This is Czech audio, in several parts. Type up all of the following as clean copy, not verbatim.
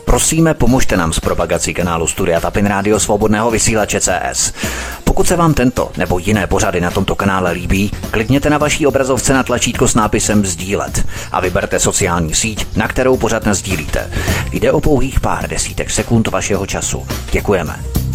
Prosíme, pomožte nám s propagací kanálu Studia Tapin Rádio Svobodného vysílače CS. Pokud se vám tento nebo jiné pořady na tomto kanále líbí, klikněte na vaší obrazovce na tlačítko s nápisem sdílet a vyberte sociální síť, na kterou pořad nasdílíte. Jde o pouhých pár desítek sekund vašeho času. Děkujeme.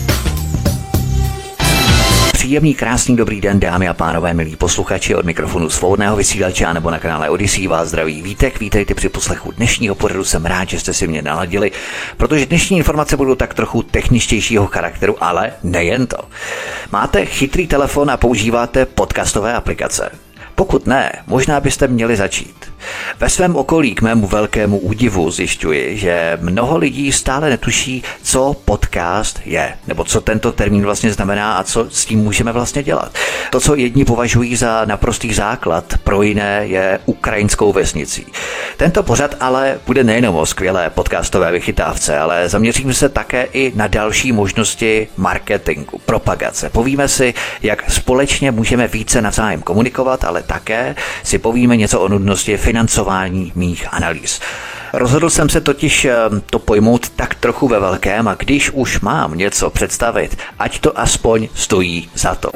Příjemný, krásný, dobrý den, dámy a pánové, milí posluchači, od mikrofonu Svobodného vysílače nebo na kanále Odyssey vás zdraví Vítek. Vítejte při poslechu dnešního pořadu, jsem rád, že jste si mě naladili, protože dnešní informace budou tak trochu techničtějšího charakteru, ale nejen to. Máte chytrý telefon a používáte podcastové aplikace? Pokud ne, možná byste měli začít. Ve svém okolí k mému velkému údivu zjišťuji, že mnoho lidí stále netuší, co podcast je, nebo co tento termín vlastně znamená a co s tím můžeme vlastně dělat. To, co jedni považují za naprostý základ, pro jiné je ukrajinskou vesnicí. Tento pořad ale bude nejenom o skvělé podcastové vychytávce, ale zaměříme se také i na další možnosti marketingu, propagace. Povíme si, jak společně můžeme více navzájem komunikovat, ale také si povíme něco o nutnosti financování mých analýz. Rozhodl jsem se totiž to pojmout tak trochu ve velkém a když už mám něco představit, ať to aspoň stojí za to.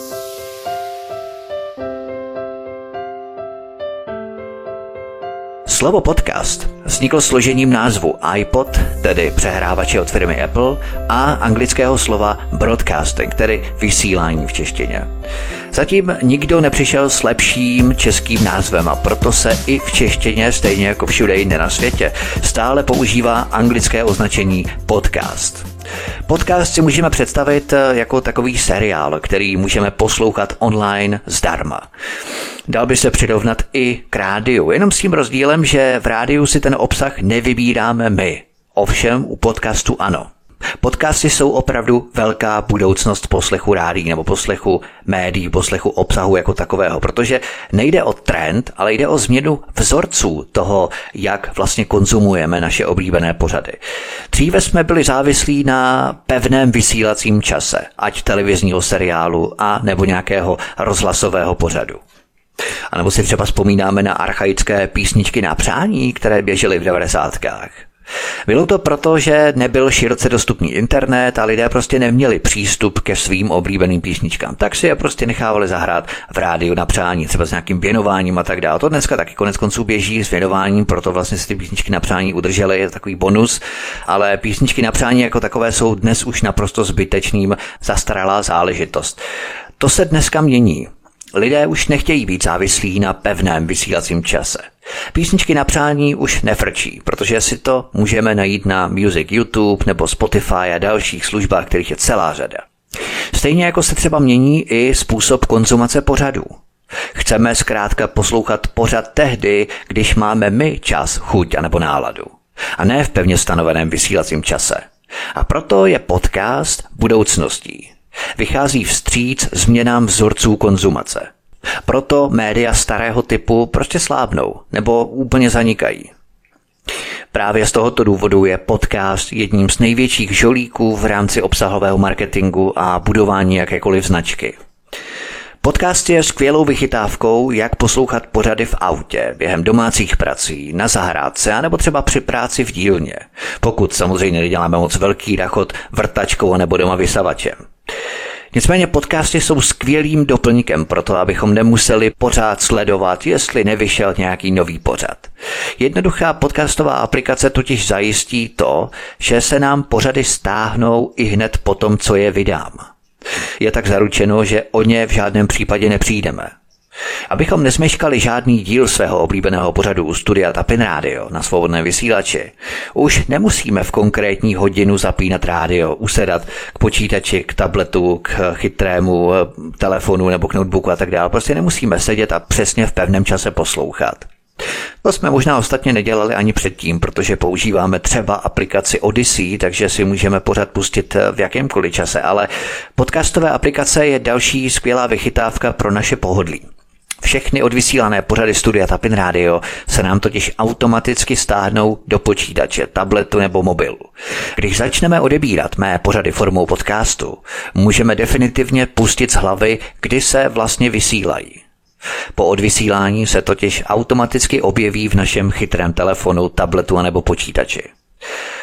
Slovo podcast vzniklo složením názvu iPod, tedy přehrávače od firmy Apple, a anglického slova broadcasting, tedy vysílání v češtině. Zatím nikdo nepřišel s lepším českým názvem a proto se i v češtině, stejně jako všude jinde na světě, stále používá anglické označení podcast. Podcast si můžeme představit jako takový seriál, který můžeme poslouchat online zdarma. Dal by se přirovnat i k rádiu, jenom s tím rozdílem, že v rádiu si ten obsah nevybíráme my. Ovšem u podcastu ano. Podcasty jsou opravdu velká budoucnost poslechu rádií nebo poslechu médií, poslechu obsahu jako takového, protože nejde o trend, ale jde o změnu vzorců toho, jak vlastně konzumujeme naše oblíbené pořady. Dříve jsme byli závislí na pevném vysílacím čase, ať televizního seriálu a nebo nějakého rozhlasového pořadu. A nebo si třeba vzpomínáme na archaické písničky na přání, které běžely v 90kách. Bylo to proto, že nebyl široce dostupný internet a lidé prostě neměli přístup ke svým oblíbeným písničkám. Tak si je prostě nechávali zahrát v rádiu na přání, třeba s nějakým věnováním a tak dále. To dneska taky konec konců běží s věnováním, proto vlastně si ty písničky na přání udržely, je to takový bonus, ale písničky na přání jako takové jsou dnes už naprosto zbytečným, zastaralá záležitost. To se dneska mění. Lidé už nechtějí být závislí na pevném vysílacím čase. Písničky na přání už nefrčí, protože si to můžeme najít na Music YouTube nebo Spotify a dalších službách, kterých je celá řada. Stejně jako se třeba mění i způsob konzumace pořadů. Chceme zkrátka poslouchat pořad tehdy, když máme my čas, chuť a nebo náladu. A ne v pevně stanoveném vysílacím čase. A proto je podcast budoucností. Vychází vstříc změnám vzorců konzumace. Proto média starého typu prostě slábnou nebo úplně zanikají. Právě z tohoto důvodu je podcast jedním z největších žolíků v rámci obsahového marketingu a budování jakékoliv značky. Podcast je skvělou vychytávkou, jak poslouchat pořady v autě, během domácích prací, na zahrádce a nebo třeba při práci v dílně. Pokud samozřejmě neděláme moc velký rachot vrtačkou nebo doma vysavačem. Nicméně podcasty jsou skvělým doplňkem pro to, abychom nemuseli pořád sledovat, jestli nevyšel nějaký nový pořad. Jednoduchá podcastová aplikace totiž zajistí to, že se nám pořady stáhnou i hned po tom, co je vydám. Je tak zaručeno, že o ně v žádném případě nepřijdeme. Abychom nezmeškali žádný díl svého oblíbeného pořadu u Studia Tapin Rádio na svobodném vysílači, už nemusíme v konkrétní hodinu zapínat rádio, usedat k počítači, k tabletu, k chytrému telefonu nebo k notebooku a tak dále. Prostě nemusíme sedět a přesně v pevném čase poslouchat. To jsme možná ostatně nedělali ani předtím, protože používáme třeba aplikaci Odyssey, takže si můžeme pořád pustit v jakémkoliv čase, ale podcastové aplikace je další skvělá vychytávka pro naše pohodlí. Všechny odvysílané pořady Studia Tapin Rádio se nám totiž automaticky stáhnou do počítače, tabletu nebo mobilu. Když začneme odebírat mé pořady formou podcastu, můžeme definitivně pustit z hlavy, kdy se vlastně vysílají. Po odvysílání se totiž automaticky objeví v našem chytrém telefonu, tabletu nebo počítači.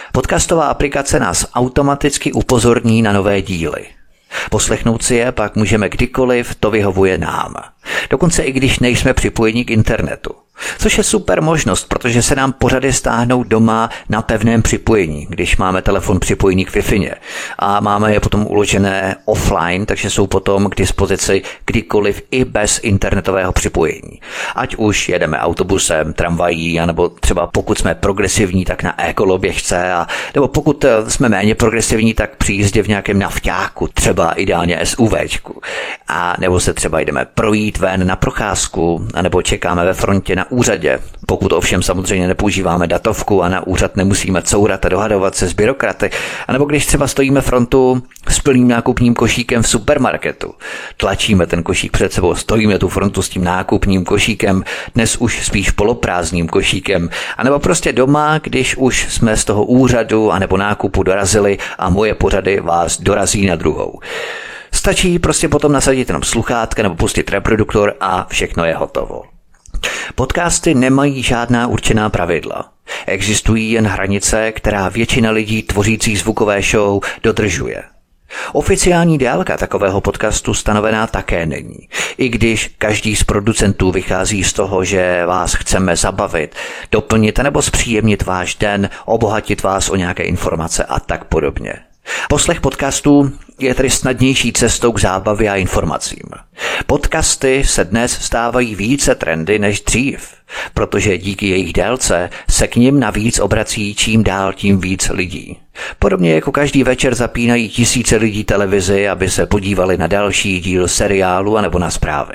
Podcastová aplikace nás automaticky upozorní na nové díly. Poslechnout si je pak můžeme kdykoliv, to vyhovuje nám. Dokonce i když nejsme připojeni k internetu. Což je super možnost, protože se nám pořady stáhnou doma na pevném připojení, když máme telefon připojený k Wi-Fi. A máme je potom uložené offline, takže jsou potom k dispozici kdykoliv i bez internetového připojení. Ať už jedeme autobusem, tramvají, anebo třeba pokud jsme progresivní, tak na ekoloběžce, nebo pokud jsme méně progresivní, tak při jízdě v nějakém nafťáku, třeba ideálně SUVčku. A nebo se třeba jdeme projít ven na procházku, anebo čekáme ve frontě na úřadě, pokud ovšem samozřejmě nepoužíváme datovku a na úřad nemusíme courat a dohadovat se s byrokraty, anebo když třeba stojíme frontu s plným nákupním košíkem v supermarketu. Tlačíme ten košík před sebou, stojíme tu frontu s tím nákupním košíkem, dnes už spíš poloprázdným košíkem, anebo prostě doma, když už jsme z toho úřadu anebo nákupu dorazili a moje pořady vás dorazí na druhou. Stačí prostě potom nasadit jenom sluchátka nebo pustit reproduktor a všechno je hotovo. Podcasty nemají žádná určená pravidla. Existují jen hranice, která většina lidí tvořící zvukové show dodržuje. Oficiální délka takového podcastu stanovená také není. I když každý z producentů vychází z toho, že vás chceme zabavit, doplnit nebo zpříjemnit váš den, obohatit vás o nějaké informace a tak podobně. Poslech podcastů je tedy snadnější cestou k zábavě a informacím. Podcasty se dnes stávají více trendy než dřív, protože díky jejich délce se k nim navíc obrací čím dál tím víc lidí. Podobně jako každý večer zapínají tisíce lidí televizi, aby se podívali na další díl seriálu anebo na zprávy.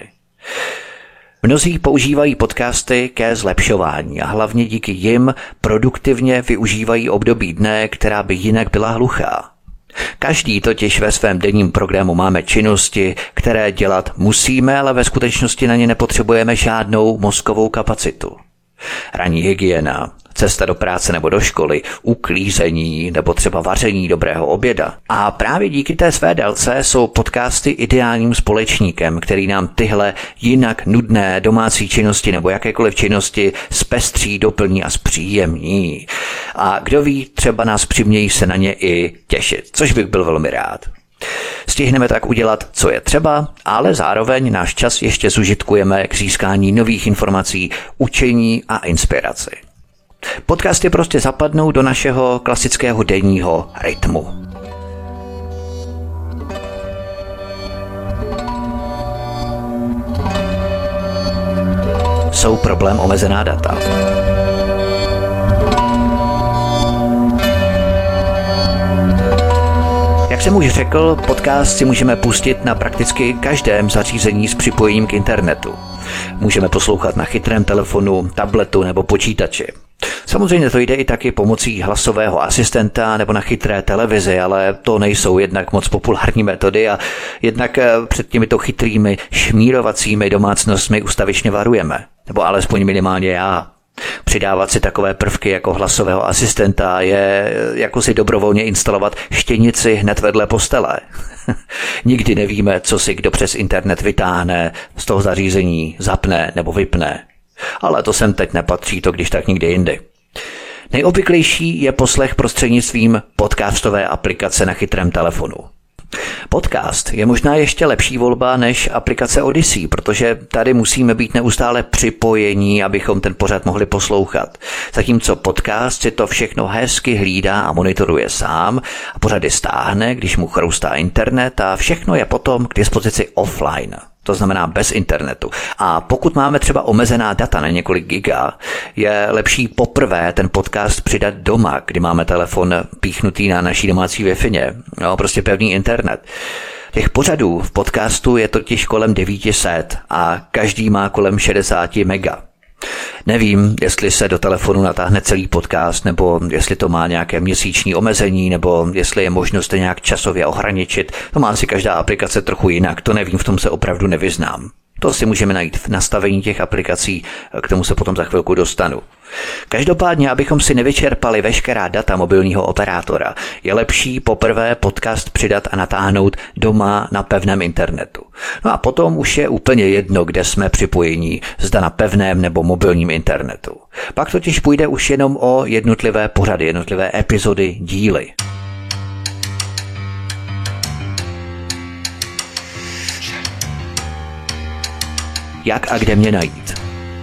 Mnozí používají podcasty ke zlepšování a hlavně díky jim produktivně využívají období dne, která by jinak byla hluchá. Každý totiž ve svém denním programu máme činnosti, které dělat musíme, ale ve skutečnosti na ně nepotřebujeme žádnou mozkovou kapacitu. Ranní hygiena, cesta do práce nebo do školy, uklízení nebo třeba vaření dobrého oběda. A právě díky té své délce jsou podcasty ideálním společníkem, který nám tyhle jinak nudné domácí činnosti nebo jakékoliv činnosti zpestří, doplní a zpříjemní. A kdo ví, třeba nás přimějí se na ně i těšit, což bych byl velmi rád. Stihneme tak udělat, co je třeba, ale zároveň náš čas ještě zužitkujeme k získání nových informací, učení a inspiraci. Podcasty prostě zapadnou do našeho klasického denního rytmu. Jsou problém omezená data. Jak jsem už řekl, podcast si můžeme pustit na prakticky každém zařízení s připojením k internetu. Můžeme poslouchat na chytrém telefonu, tabletu nebo počítači. Samozřejmě to jde i taky pomocí hlasového asistenta nebo na chytré televizi, ale to nejsou jednak moc populární metody a jednak před těmito chytrými šmírovacími domácnostmi ustavičně varujeme. Nebo alespoň minimálně já. Přidávat si takové prvky jako hlasového asistenta je jako si dobrovolně instalovat štěnici hned vedle postele. Nikdy nevíme, co si kdo přes internet vytáhne, z toho zařízení zapne nebo vypne. Ale to sem teď nepatří, to když tak nikdy jindy. Nejobvyklejší je poslech prostřednictvím podcastové aplikace na chytrém telefonu. Podcast je možná ještě lepší volba než aplikace Odyssey, protože tady musíme být neustále připojení, abychom ten pořad mohli poslouchat. Zatímco podcast si to všechno hezky hlídá a monitoruje sám a pořady stáhne, když mu chroustá internet a všechno je potom k dispozici offline. To znamená bez internetu. A pokud máme třeba omezená data na několik giga, je lepší poprvé ten podcast přidat doma, kdy máme telefon píchnutý na naší domácí Wi-Fi. No, prostě pevný internet. Těch pořadů v podcastu je totiž kolem 900 a každý má kolem 60 mega. Nevím, jestli se do telefonu natáhne celý podcast, nebo jestli to má nějaké měsíční omezení, nebo jestli je možnost to nějak časově ohraničit. To má asi každá aplikace trochu jinak, to nevím, v tom se opravdu nevyznám. To si můžeme najít v nastavení těch aplikací, k tomu se potom za chvilku dostanu. Každopádně, abychom si nevyčerpali veškerá data mobilního operátora, je lepší poprvé podcast přidat a natáhnout doma na pevném internetu. No a potom už je úplně jedno, kde jsme připojení, zda na pevném nebo mobilním internetu. Pak totiž půjde už jenom o jednotlivé pořady, jednotlivé epizody, díly. Jak a kde mě najít?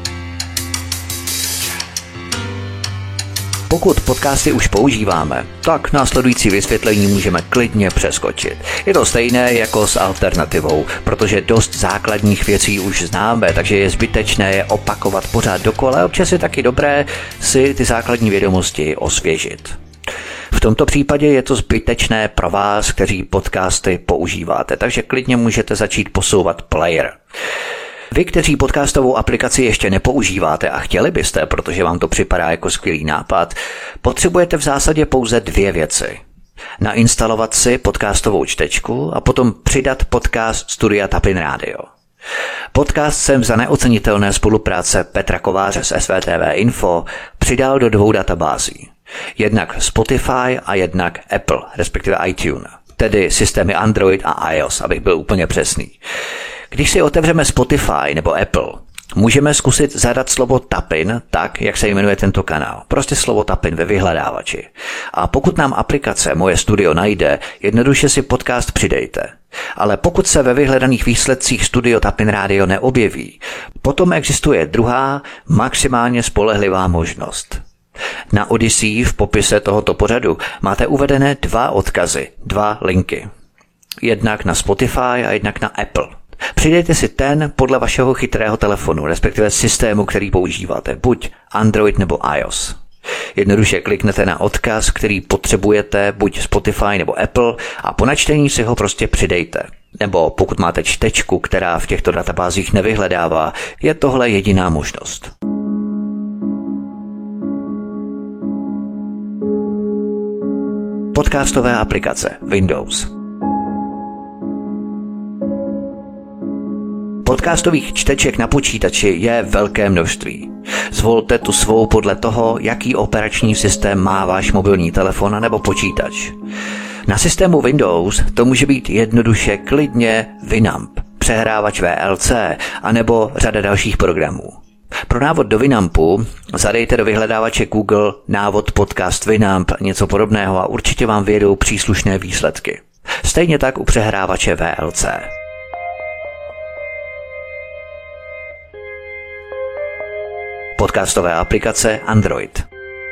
Pokud podcasty už používáme, tak následující vysvětlení můžeme klidně přeskočit. Je to stejné jako s alternativou, protože dost základních věcí už známe, takže je zbytečné je opakovat pořád dokola. Občas je taky dobré si ty základní vědomosti osvěžit. V tomto případě je to zbytečné pro vás, kteří podcasty používáte, takže klidně můžete začít posouvat player. Vy, kteří podcastovou aplikaci ještě nepoužíváte a chtěli byste, protože vám to připadá jako skvělý nápad, potřebujete v zásadě pouze 2 věci. Nainstalovat si podcastovou čtečku a potom přidat podcast Studia Tapin Radio. Podcast jsem za neocenitelné spolupráce Petra Kováře z SVTV Info přidal do 2 databází. Jednak Spotify a jednak Apple, respektive iTunes, tedy systémy Android a iOS, abych byl úplně přesný. Když si otevřeme Spotify nebo Apple, můžeme zkusit zadat slovo Tapin tak, jak se jmenuje tento kanál. Prostě slovo Tapin ve vyhledávači. A pokud nám aplikace Moje studio najde, jednoduše si podcast přidejte. Ale pokud se ve vyhledaných výsledcích Studio Tapin Radio neobjeví, potom existuje druhá, maximálně spolehlivá možnost. Na Odyssey v popise tohoto pořadu máte uvedené 2 odkazy, 2 linky. Jednak na Spotify a jednak na Apple. Přidejte si ten podle vašeho chytrého telefonu, respektive systému, který používáte, buď Android nebo iOS. Jednoduše kliknete na odkaz, který potřebujete, buď Spotify nebo Apple, a po načtení si ho prostě přidejte. Nebo pokud máte čtečku, která v těchto databázích nevyhledává, je tohle jediná možnost. Podcastové aplikace Windows. Podcastových čteček na počítači je velké množství. Zvolte tu svou podle toho, jaký operační systém má váš mobilní telefon nebo počítač. Na systému Windows to může být jednoduše klidně Winamp, přehrávač VLC anebo řada dalších programů. Pro návod do Winampu zadejte do vyhledávače Google návod podcast Winamp, něco podobného, a určitě vám vyjedou příslušné výsledky. Stejně tak u přehrávače VLC. Podcastové aplikace Android.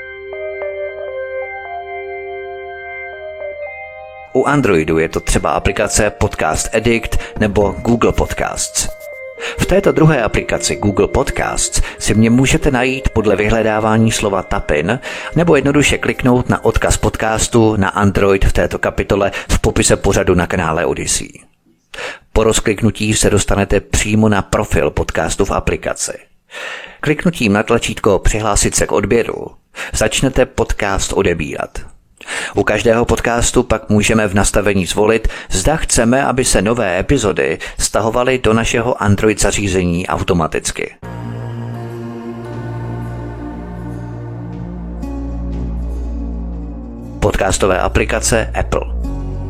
U Androidu je to třeba aplikace Podcast Addict nebo Google Podcasts. V této druhé aplikaci Google Podcasts si mě můžete najít podle vyhledávání slova Tapin nebo jednoduše kliknout na odkaz podcastu na Android v této kapitole v popise pořadu na kanále Odyssey. Po rozkliknutí se dostanete přímo na profil podcastu v aplikaci. Kliknutím na tlačítko Přihlásit se k odběru začnete podcast odebírat. U každého podcastu pak můžeme v nastavení zvolit, zda chceme, aby se nové epizody stahovaly do našeho Android zařízení automaticky. Podcastové aplikace Apple.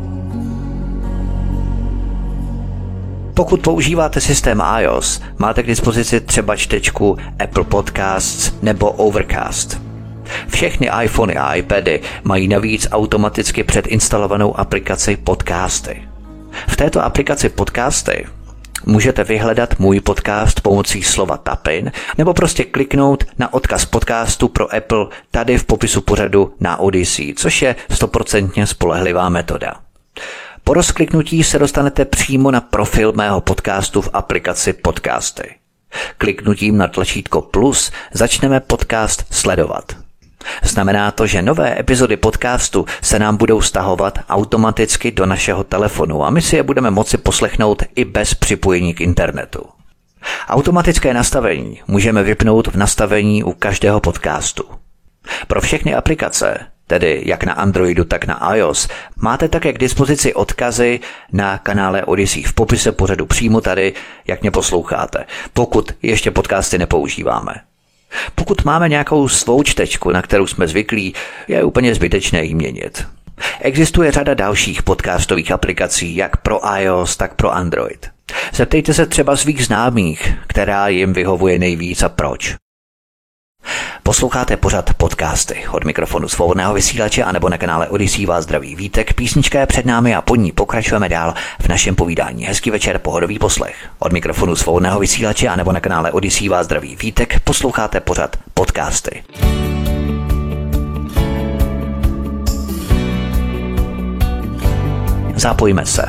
Pokud používáte systém iOS, máte k dispozici třeba čtečku Apple Podcasts nebo Overcast. Všechny iPhony a iPady mají navíc automaticky předinstalovanou aplikaci Podcasty. V této aplikaci Podcasty můžete vyhledat můj podcast pomocí slova Tapin nebo prostě kliknout na odkaz podcastu pro Apple tady v popisu pořadu na Odyssey, což je 100% spolehlivá metoda. Po rozkliknutí se dostanete přímo na profil mého podcastu v aplikaci Podcasty. Kliknutím na tlačítko plus začneme podcast sledovat. Znamená to, že nové epizody podcastu se nám budou stahovat automaticky do našeho telefonu a my si je budeme moci poslechnout i bez připojení k internetu. Automatické nastavení můžeme vypnout v nastavení u každého podcastu. Pro všechny aplikace tedy jak na Androidu, tak na iOS, máte také k dispozici odkazy na kanále Odyssey v popise pořadu přímo tady, jak mě posloucháte, pokud ještě podcasty nepoužíváme. Pokud máme nějakou svou čtečku, na kterou jsme zvyklí, je úplně zbytečné ji měnit. Existuje řada dalších podcastových aplikací, jak pro iOS, tak pro Android. Zeptejte se třeba svých známých, která jim vyhovuje nejvíc a proč. Posloucháte pořad podcasty. Od mikrofonu Svobodného vysílače anebo na kanále Odyssey vás zdraví Vítek. Písnička je před námi a po ní pokračujeme dál v našem povídání. Hezký večer, pohodový poslech. Od mikrofonu Svobodného vysílače anebo na kanále Odyssey vás zdraví Vítek. Posloucháte pořad podcasty. Zapojme se.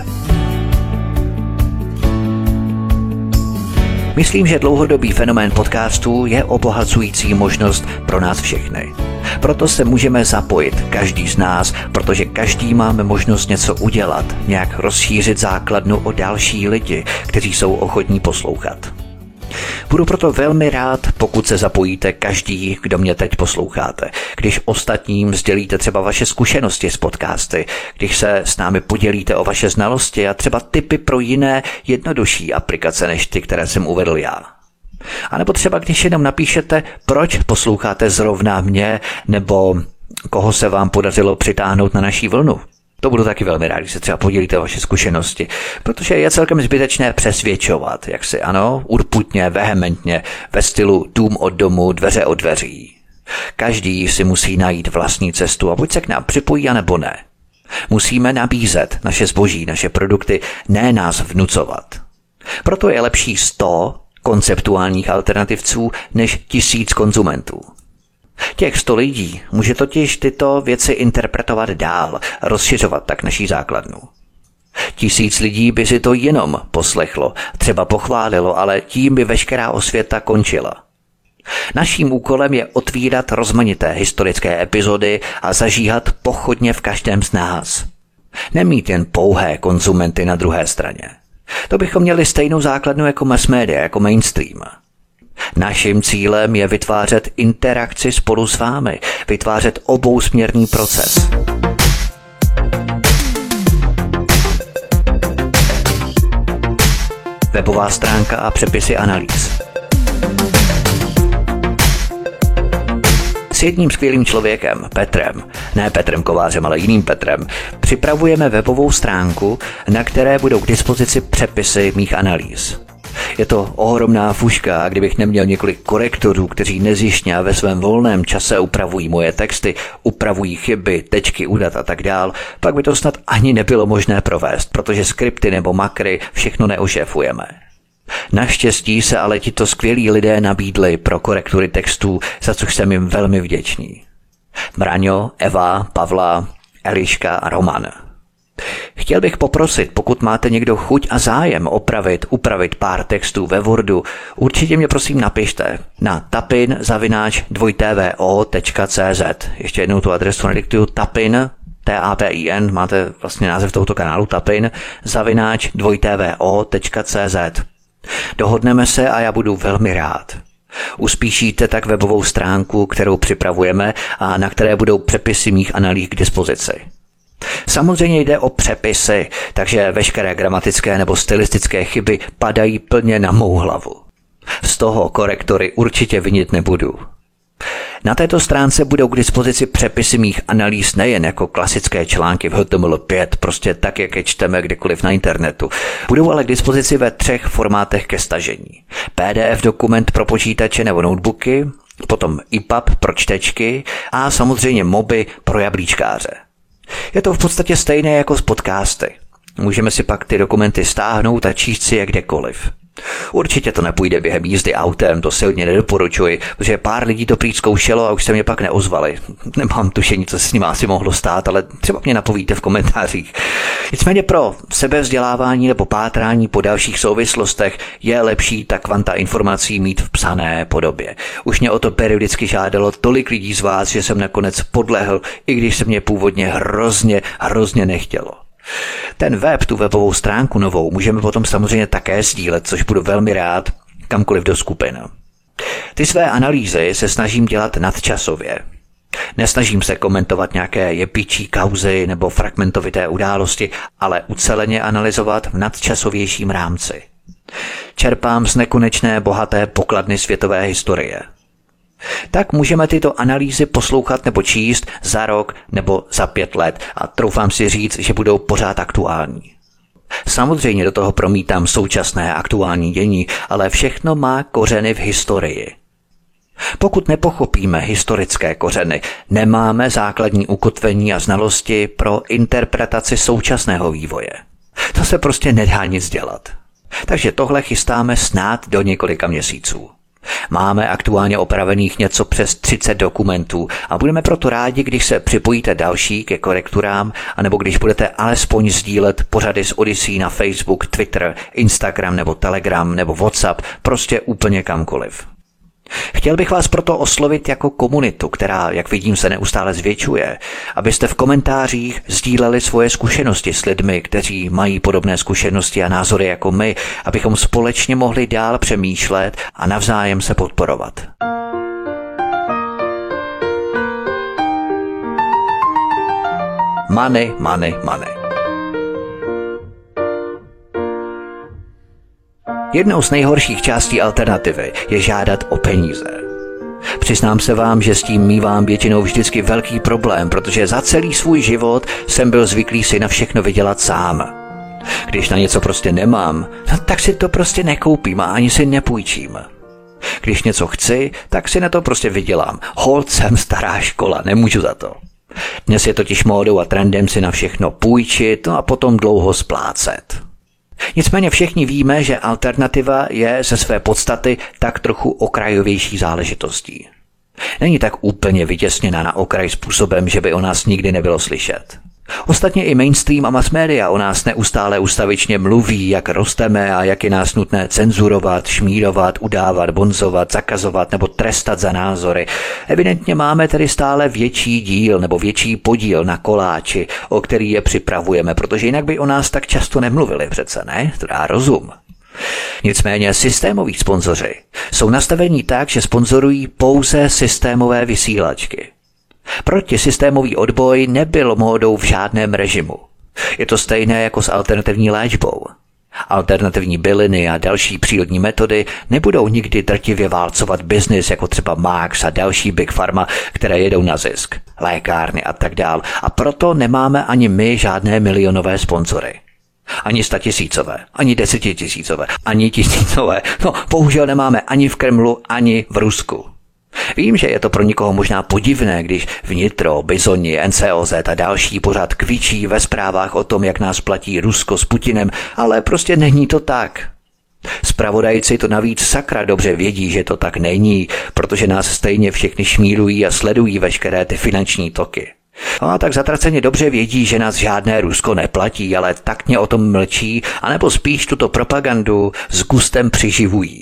Myslím, že dlouhodobý fenomén podcastů je obohacující možnost pro nás všechny. Proto se můžeme zapojit, každý z nás, protože každý máme možnost něco udělat, nějak rozšířit základnu o další lidi, kteří jsou ochotní poslouchat. Budu proto velmi rád, pokud se zapojíte každý, kdo mě teď posloucháte, když ostatním sdělíte třeba vaše zkušenosti s podcasty, když se s námi podělíte o vaše znalosti a třeba tipy pro jiné jednodušší aplikace než ty, které jsem uvedl já. A nebo třeba když jenom napíšete, proč posloucháte zrovna mě, nebo koho se vám podařilo přitáhnout na naší vlnu. To budu taky velmi rád, když se třeba podělíte o vaše zkušenosti, protože je celkem zbytečné přesvědčovat, jak si ano, urputně, vehementně, ve stylu dům od domu, dveře od dveří. Každý si musí najít vlastní cestu a buď se k nám připojí, anebo ne. Musíme nabízet naše zboží, naše produkty, ne nás vnucovat. Proto je lepší 100 konceptuálních alternativců než 1000 konzumentů. Těch 100 lidí může totiž tyto věci interpretovat dál, rozšiřovat tak naší základnu. 1000 lidí by si to jenom poslechlo, třeba pochválilo, ale tím by veškerá osvěta končila. Naším úkolem je otvírat rozmanité historické epizody a zažíhat pochodně v každém z nás. Nemít jen pouhé konzumenty na druhé straně. To bychom měli stejnou základnu jako mass media, jako mainstream. Naším cílem je vytvářet interakci spolu s vámi, vytvářet obousměrný proces. Webová stránka a přepisy analýz. S jedním skvělým člověkem, Petrem, ne Petrem Kovářem, ale jiným Petrem, připravujeme webovou stránku, na které budou k dispozici přepisy mých analýz. Je to ohromná fuška a kdybych neměl několik korektorů, kteří nezištně a ve svém volném čase upravují moje texty, upravují chyby, tečky u dat a tak dál, pak by to snad ani nebylo možné provést, protože skripty nebo makry všechno neošéfujeme. Naštěstí se ale tito skvělí lidé nabídli pro korektury textů, za což jsem jim velmi vděčný. Braňo, Eva, Pavla, Eliška a Roman. Chtěl bych poprosit, pokud máte někdo chuť a zájem upravit pár textů ve Wordu, určitě mě prosím napište na tapin@2tvo.cz. Ještě jednou tu adresu nadiktuju tapin, TAPIN, máte vlastně název tohoto kanálu tapin@2tvo.cz. Dohodneme se a já budu velmi rád. Uspíšíte tak webovou stránku, kterou připravujeme a na které budou přepisy mých analýz k dispozici. Samozřejmě jde o přepisy, takže veškeré gramatické nebo stylistické chyby padají plně na mou hlavu. Z toho korektory určitě vinit nebudu. Na této stránce budou k dispozici přepisy mých analýz nejen jako klasické články v HTML5, prostě tak, jak je čteme kdekoliv na internetu. Budou ale k dispozici ve 3 formátech ke stažení. PDF dokument pro počítače nebo notebooky, potom EPUB pro čtečky a samozřejmě moby pro jablíčkáře. Je to v podstatě stejné jako s podcasty. Můžeme si pak ty dokumenty stáhnout a číst si je kdekoliv. Určitě to nepůjde během jízdy autem, to silně nedoporučuji, protože pár lidí to prý zkoušelo a už se mě pak neozvali. Nemám tušení, co se s ním asi mohlo stát, ale třeba mě napovíte v komentářích. Nicméně pro sebevzdělávání nebo pátrání po dalších souvislostech je lepší ta kvanta informací mít v psané podobě. Už mě o to periodicky žádalo tolik lidí z vás, že jsem nakonec podlehl, i když se mě původně hrozně nechtělo. Ten web, tu webovou stránku novou, můžeme potom samozřejmě také sdílet, což budu velmi rád, kamkoliv do skupin. Ty své analýzy se snažím dělat nadčasově. Nesnažím se komentovat nějaké jepičí kauzy nebo fragmentovité události, ale uceleně analyzovat v nadčasovějším rámci. Čerpám z nekonečné bohaté pokladny světové historie. Tak můžeme tyto analýzy poslouchat nebo číst za rok nebo za 5 let a troufám si říct, že budou pořád aktuální. Samozřejmě do toho promítám současné aktuální dění, ale všechno má kořeny v historii. Pokud nepochopíme historické kořeny, nemáme základní ukotvení a znalosti pro interpretaci současného vývoje. To se prostě nedá nic dělat. Takže tohle chystáme snad do několika měsíců. Máme aktuálně opravených něco přes 30 dokumentů a budeme proto rádi, když se připojíte další ke korekturám, anebo když budete alespoň sdílet pořady z Odyssey na Facebook, Twitter, Instagram nebo Telegram nebo WhatsApp, prostě úplně kamkoliv. Chtěl bych vás proto oslovit jako komunitu, která, jak vidím, se neustále zvětšuje, abyste v komentářích sdíleli svoje zkušenosti s lidmi, kteří mají podobné zkušenosti a názory jako my, abychom společně mohli dál přemýšlet a navzájem se podporovat. Money, money, money. Jednou z nejhorších částí alternativy je žádat o peníze. Přiznám se vám, že s tím mívám většinou vždycky velký problém, protože za celý svůj život jsem byl zvyklý si na všechno vydělat sám. Když na něco prostě nemám, tak si to prostě nekoupím a ani si nepůjčím. Když něco chci, tak si na to prostě vydělám. Holt jsem stará škola, nemůžu za to. Dnes je totiž módou a trendem si na všechno půjčit a potom dlouho splácet. Nicméně všichni víme, že alternativa je ze své podstaty tak trochu okrajovější záležitostí. Není tak úplně vytěsněna na okraj způsobem, že by o nás nikdy nebylo slyšet. Ostatně i mainstream a mass media o nás neustále ustavičně mluví, jak rosteme a jak je nás nutné cenzurovat, šmírovat, udávat, bonzovat, zakazovat nebo trestat za názory. Evidentně máme tedy stále větší díl nebo větší podíl na koláči, o který je připravujeme, protože jinak by o nás tak často nemluvili přece, ne? To dá rozum. Nicméně systémoví sponzoři jsou nastavení tak, že sponzorují pouze systémové vysílačky. Protisystémový odboj nebyl módou v žádném režimu. Je to stejné jako s alternativní léčbou. Alternativní byliny a další přírodní metody nebudou nikdy drtivě válcovat biznis jako třeba Max a další Big Pharma, které jedou na zisk, lékárny a tak dál. A proto nemáme ani my žádné milionové sponzory. Ani 100 000, ani 10 000, ani 1000. No, bohužel nemáme ani v Kremlu, ani v Rusku. Vím, že je to pro někoho možná podivné, když Vnitro, Bizoni, NCOZ a další pořád kvičí ve zprávách o tom, jak nás platí Rusko s Putinem, ale prostě není to tak. Zpravodajci to navíc sakra dobře vědí, že to tak není, protože nás stejně všechny šmírují a sledují veškeré ty finanční toky. A tak zatraceně dobře vědí, že nás žádné Rusko neplatí, ale taktně o tom mlčí, anebo spíš tuto propagandu s gustem přiživují.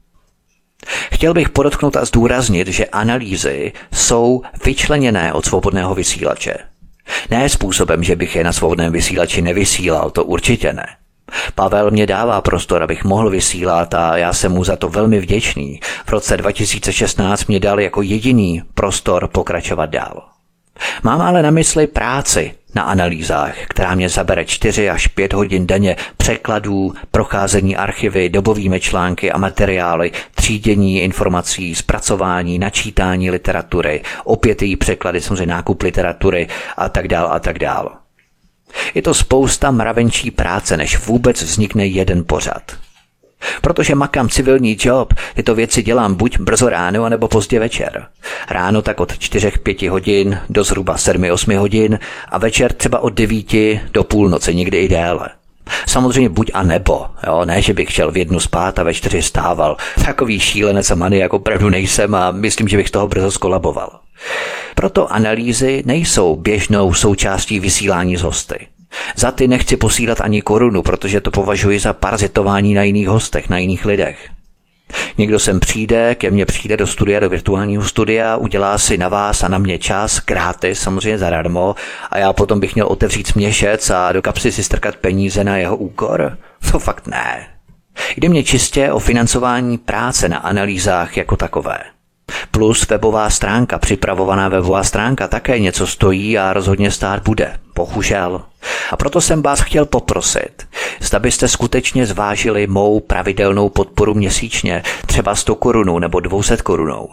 Chtěl bych podotknout a zdůraznit, že analýzy jsou vyčleněné od svobodného vysílače. Ne způsobem, že bych je na svobodném vysílači nevysílal, to určitě ne. Pavel mě dává prostor, abych mohl vysílat a já jsem mu za to velmi vděčný. V roce 2016 mě dal jako jediný prostor pokračovat dál. Mám ale na mysli práci na analýzách, která mě zabere 4 až 5 hodin denně překladů, procházení archivy, dobovými články a materiály, třídění informací, zpracování, načítání literatury, opět její překlady, samozřejmě nákup literatury a tak dál a tak dál. Je to spousta mravenčí práce, než vůbec vznikne jeden pořad. Protože makám civilní job, tyto věci dělám buď brzo ráno, anebo pozdě večer. Ráno tak od 4-5 hodin do zhruba 7-8 hodin a večer třeba od 9 do půlnoci, někdy i déle. Samozřejmě buď a nebo, jo? Ne, že bych šel v 1 spát a ve 4 stával. Takový šílenec a maniak opravdu nejsem a myslím, že bych z toho brzo skolaboval. Proto analýzy nejsou běžnou součástí vysílání z hosty. Za ty nechci posílat ani korunu, protože to považuji za parazitování na jiných hostech, na jiných lidech. Někdo sem přijde, ke mně přijde do studia, do virtuálního studia, udělá si na vás a na mě čas, gratis, samozřejmě zadarmo, a já potom bych měl otevřít směšec a do kapsy si strkat peníze na jeho úkor? To fakt ne. Jde mě čistě o financování práce na analýzách jako takové. Plus webová stránka, připravovaná webová stránka také něco stojí a rozhodně stát bude. Bohužel. A proto jsem vás chtěl poprosit, zda byste skutečně zvážili mou pravidelnou podporu měsíčně, třeba 100 korun nebo 200 korun.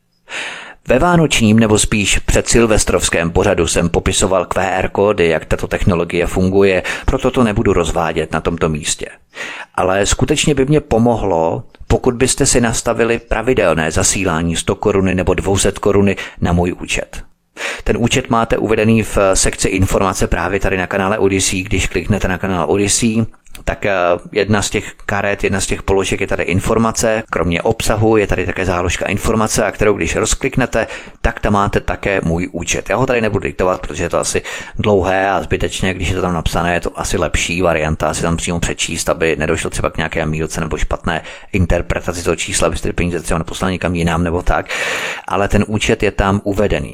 Ve vánočním nebo spíš předsilvestrovském pořadu jsem popisoval QR kódy, jak tato technologie funguje, proto to nebudu rozvádět na tomto místě. Ale skutečně by mě pomohlo, pokud byste si nastavili pravidelné zasílání 100 koruny nebo 200 koruny na můj účet. Ten účet máte uvedený v sekci informace právě tady na kanále Odyssey. Když kliknete na kanál Odyssey, tak jedna z těch karet, jedna z těch položek je tady informace. Kromě obsahu je tady také záložka informace, a kterou když rozkliknete, tak tam máte také můj účet. Já ho tady nebudu diktovat, protože je to asi dlouhé a zbytečně, když je to tam napsané, je to asi lepší varianta si tam přímo přečíst, aby nedošlo třeba k nějaké mýlce nebo špatné interpretaci toho čísla, abyste ty peníze třeba neposlali někam jinam nebo tak. Ale ten účet je tam uvedený.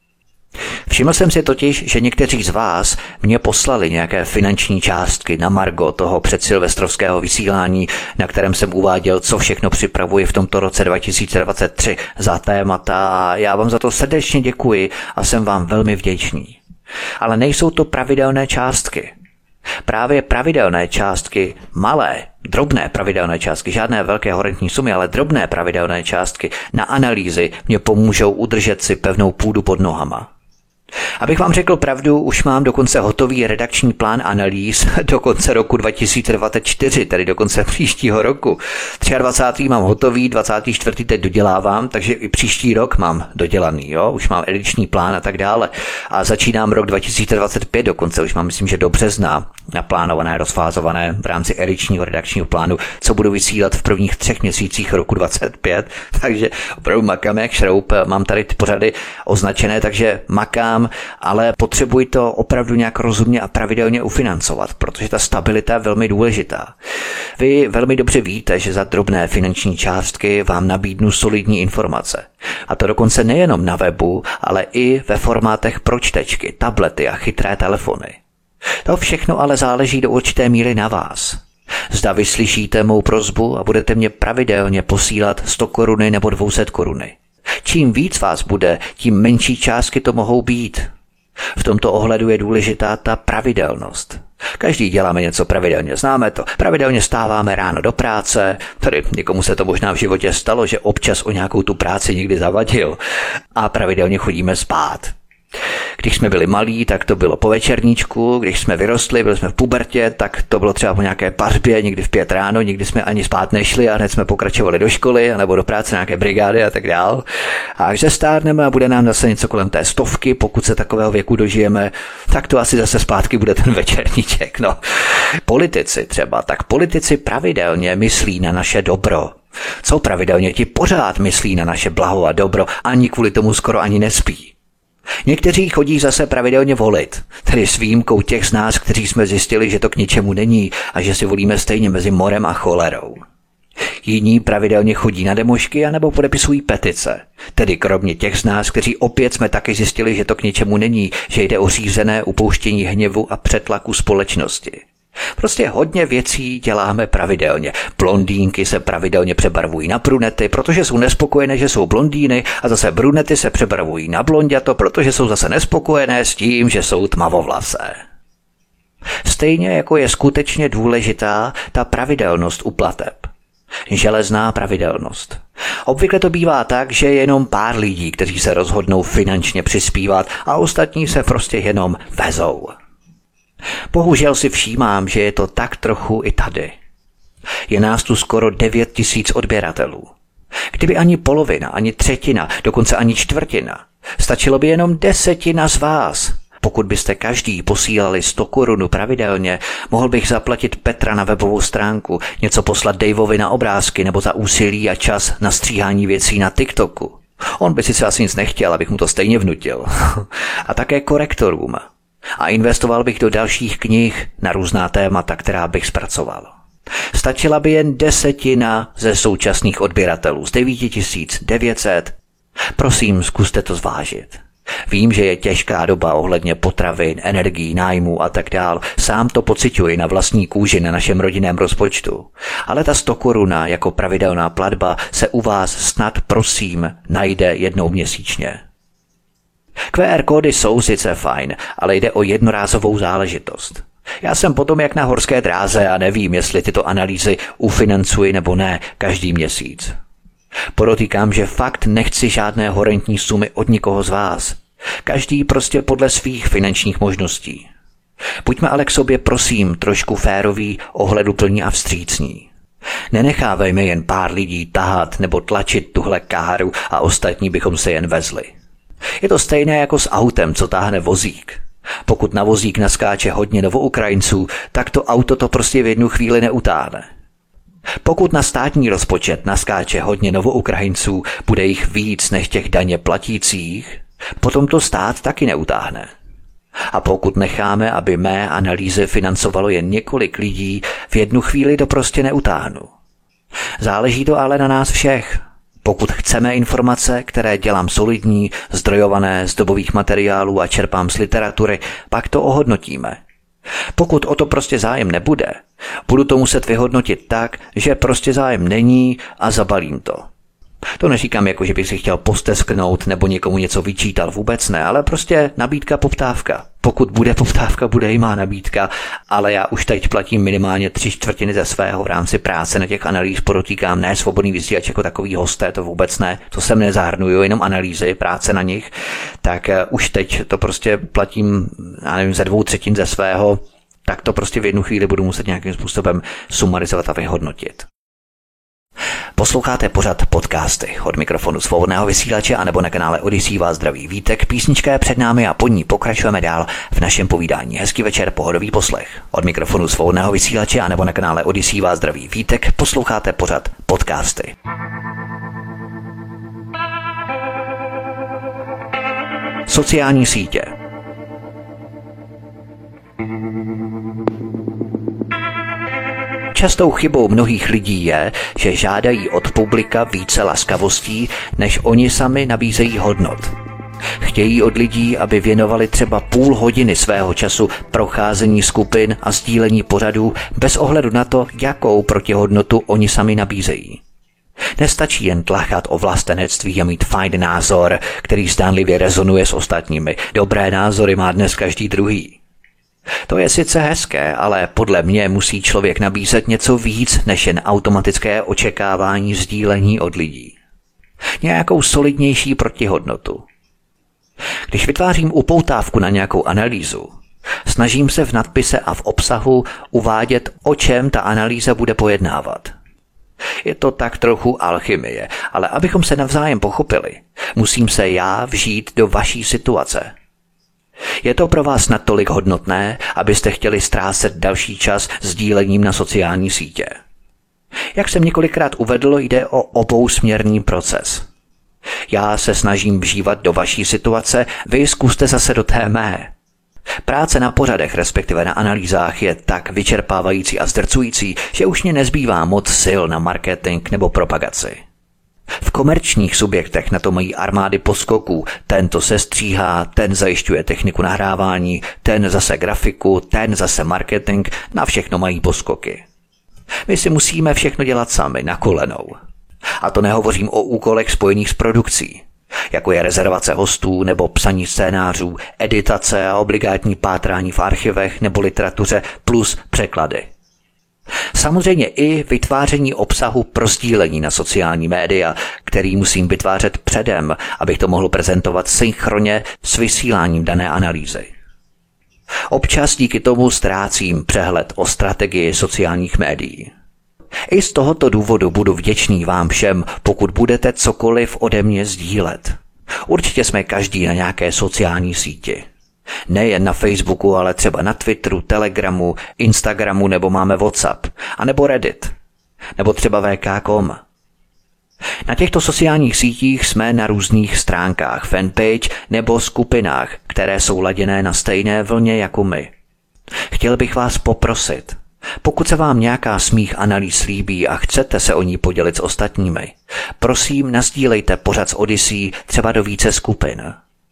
Všiml jsem si totiž, že někteří z vás mě poslali nějaké finanční částky na margo toho předsilvestrovského vysílání, na kterém jsem uváděl, co všechno připravuji v tomto roce 2023 za témata, a já vám za to srdečně děkuji a jsem vám velmi vděčný. Ale nejsou to pravidelné částky. Právě pravidelné částky, malé, drobné pravidelné částky, žádné velké horentní sumy, ale drobné pravidelné částky na analýzy mě pomůžou udržet si pevnou půdu pod nohama. Abych vám řekl pravdu, už mám dokonce hotový redakční plán analýz do konce roku 2024, tedy do konce příštího roku. 23. mám hotový, 24. teď dodělávám, takže i příští rok mám dodělaný, jo? Už mám ediční plán a tak dále. A začínám rok 2025 dokonce, už mám, myslím, že do března naplánované, rozfázované v rámci edičního redakčního plánu, co budu vysílat v prvních 3 měsících roku 25, takže opravdu makám jak šroub, mám tady ty pořady označené, takže makám, ale potřebuji to opravdu nějak rozumně a pravidelně ufinancovat, protože ta stabilita je velmi důležitá. Vy velmi dobře víte, že za drobné finanční částky vám nabídnu solidní informace. A to dokonce nejenom na webu, ale i ve formátech pro čtečky, tablety a chytré telefony. To všechno ale záleží do určité míry na vás. Zda vyslyšíte mou prosbu a budete mě pravidelně posílat 100 koruny nebo 200 koruny. Čím víc vás bude, tím menší částky to mohou být. V tomto ohledu je důležitá ta pravidelnost. Každý děláme něco pravidelně, známe to. Pravidelně stáváme ráno do práce, tedy někomu se to možná v životě stalo, že občas o nějakou tu práci někdy zavadil, a pravidelně chodíme spát. Když jsme byli malí, tak to bylo po večerníčku, když jsme vyrostli, byli jsme v pubertě, tak to bylo třeba po nějaké pařbě, někdy v 5 ráno, někdy jsme ani spát nešli a hned jsme pokračovali do školy nebo do práce nějaké brigády a tak dál. A až zestárneme a bude nám zase něco kolem té 100, pokud se takového věku dožijeme, tak to asi zase zpátky bude ten večerníček. No. Politici třeba, tak politici pravidelně myslí na naše dobro. Co pravidelně ti pořád myslí na naše blaho a dobro, ani kvůli tomu skoro ani nespí. Někteří chodí zase pravidelně volit, tedy s výjimkou těch z nás, kteří jsme zjistili, že to k ničemu není a že si volíme stejně mezi morem a cholerou. Jiní pravidelně chodí na demošky anebo podepisují petice, tedy kromě těch z nás, kteří opět jsme taky zjistili, že to k ničemu není, že jde o řízené upouštění hněvu a přetlaku společnosti. Prostě hodně věcí děláme pravidelně. Blondýnky se pravidelně přebarvují na brunety, protože jsou nespokojené, že jsou blondýny, a zase brunety se přebarvují na blonďato, protože jsou zase nespokojené s tím, že jsou tmavovlasé. Stejně jako je skutečně důležitá ta pravidelnost u plateb. Železná pravidelnost. Obvykle to bývá tak, že je jenom pár lidí, kteří se rozhodnou finančně přispívat a ostatní se prostě jenom vezou. Bohužel si všímám, že je to tak trochu i tady. Je nás tu skoro 9 000 odběratelů. Kdyby ani polovina, ani třetina, dokonce ani čtvrtina, stačilo by jenom 10 z vás. Pokud byste každý posílali 100 korun pravidelně, mohl bych zaplatit Petra na webovou stránku, něco poslat Daveovi na obrázky nebo za úsilí a čas na stříhání věcí na TikToku. On by sice asi nic nechtěl, abych mu to stejně vnutil. A také korektorům. A investoval bych do dalších knih na různá témata, která bych zpracoval. Stačila by jen 10 ze současných odběratelů z 9 900. Prosím, zkuste to zvážit. Vím, že je těžká doba ohledně potravin, energií, nájmů a tak dál. Sám to pociťuji na vlastní kůži na našem rodinném rozpočtu. Ale ta 100 koruna jako pravidelná platba se u vás snad prosím najde jednou měsíčně. QR kódy jsou sice fajn, ale jde o jednorázovou záležitost. Já jsem potom jak na horské dráze a nevím, jestli tyto analýzy ufinancuji nebo ne každý měsíc. Podotýkám, že fakt nechci žádné horentní sumy od nikoho z vás. Každý prostě podle svých finančních možností. Buďme ale k sobě prosím trošku féroví, ohleduplní a vstřícní. Nenechávejme jen pár lidí tahat nebo tlačit tuhle káru a ostatní bychom se jen vezli. Je to stejné jako s autem, co táhne vozík. Pokud na vozík naskáče hodně Novoukrajinců, tak to auto to prostě v jednu chvíli neutáhne. Pokud na státní rozpočet naskáče hodně Novoukrajinců, bude jich víc než těch daně platících, potom to stát taky neutáhne. A pokud necháme, aby mé analýzy financovalo jen několik lidí, v jednu chvíli to prostě neutáhnu. Záleží to ale na nás všech. Pokud chceme informace, které dělám solidní, zdrojované z dobových materiálů a čerpám z literatury, pak to ohodnotíme. Pokud o to prostě zájem nebude, budu to muset vyhodnotit tak, že prostě zájem není a zabalím to. To neříkám jako, že bych si chtěl postesknout nebo někomu něco vyčítal, vůbec ne, ale prostě nabídka, poptávka. Pokud bude poptávka, bude i má nabídka, ale já už teď platím minimálně 3/4 ze svého v rámci práce na těch analýz, podotýkám, ne svobodný vysílač jako takový hosté, to vůbec ne, to sem nezahrnuju, jenom analýzy, práce na nich, tak už teď to prostě platím, já nevím, ze 2/3 ze svého, tak to prostě v jednu chvíli budu muset nějakým způsobem sumarizovat a vyhodnotit. Posloucháte pořad Podcasty. Od mikrofonu Svobodného vysílače anebo na kanále Odyssey vás zdraví Vítek. Písnička je před námi a po ní pokračujeme dál v našem povídání. Hezký večer, pohodový poslech. Od mikrofonu Svobodného vysílače anebo na kanále Odyssey vás zdraví Vítek. Posloucháte pořad Podcasty. Sociální sítě. Častou chybou mnohých lidí je, že žádají od publika více laskavostí, než oni sami nabízejí hodnot. Chtějí od lidí, aby věnovali třeba půl hodiny svého času procházení skupin a sdílení pořadů bez ohledu na to, jakou protihodnotu oni sami nabízejí. Nestačí jen tlachat o vlastenectví a mít fajn názor, který zdánlivě rezonuje s ostatními. Dobré názory má dnes každý druhý. To je sice hezké, ale podle mě musí člověk nabízet něco víc než jen automatické očekávání sdílení od lidí. Nějakou solidnější protihodnotu. Když vytvářím upoutávku na nějakou analýzu, snažím se v nadpise a v obsahu uvádět, o čem ta analýza bude pojednávat. Je to tak trochu alchymie, ale abychom se navzájem pochopili, musím se já vžít do vaší situace. Je to pro vás natolik hodnotné, abyste chtěli ztrácet další čas sdílením na sociální sítě. Jak jsem několikrát uvedl, jde o obousměrný proces. Já se snažím vžívat do vaší situace, vy zkuste zase do té mé. Práce na pořadech, respektive na analýzách, je tak vyčerpávající a zdrcující, že už mě nezbývá moc sil na marketing nebo propagaci. V komerčních subjektech na to mají armády poskoků, ten to sestříhá, ten zajišťuje techniku nahrávání, ten zase grafiku, ten zase marketing, na všechno mají poskoky. My si musíme všechno dělat sami, na kolenou. A to nehovořím o úkolech spojených s produkcí, jako je rezervace hostů nebo psaní scénářů, editace a obligátní pátrání v archivech nebo literatuře plus překlady. Samozřejmě i vytváření obsahu pro sdílení na sociální média, který musím vytvářet předem, abych to mohl prezentovat synchronně s vysíláním dané analýzy. Občas díky tomu ztrácím přehled o strategii sociálních médií. I z tohoto důvodu budu vděčný vám všem, pokud budete cokoliv ode mě sdílet. Určitě jsme každý na nějaké sociální síti. Nejen na Facebooku, ale třeba na Twitteru, Telegramu, Instagramu nebo máme WhatsApp, anebo Reddit, nebo třeba vk.com. Na těchto sociálních sítích jsme na různých stránkách, fanpage nebo skupinách, které jsou laděné na stejné vlně jako my. Chtěl bych vás poprosit, pokud se vám nějaká z mých analýz líbí a chcete se o ní podělit s ostatními, prosím nasdílejte pořad z Odyssey třeba do více skupin.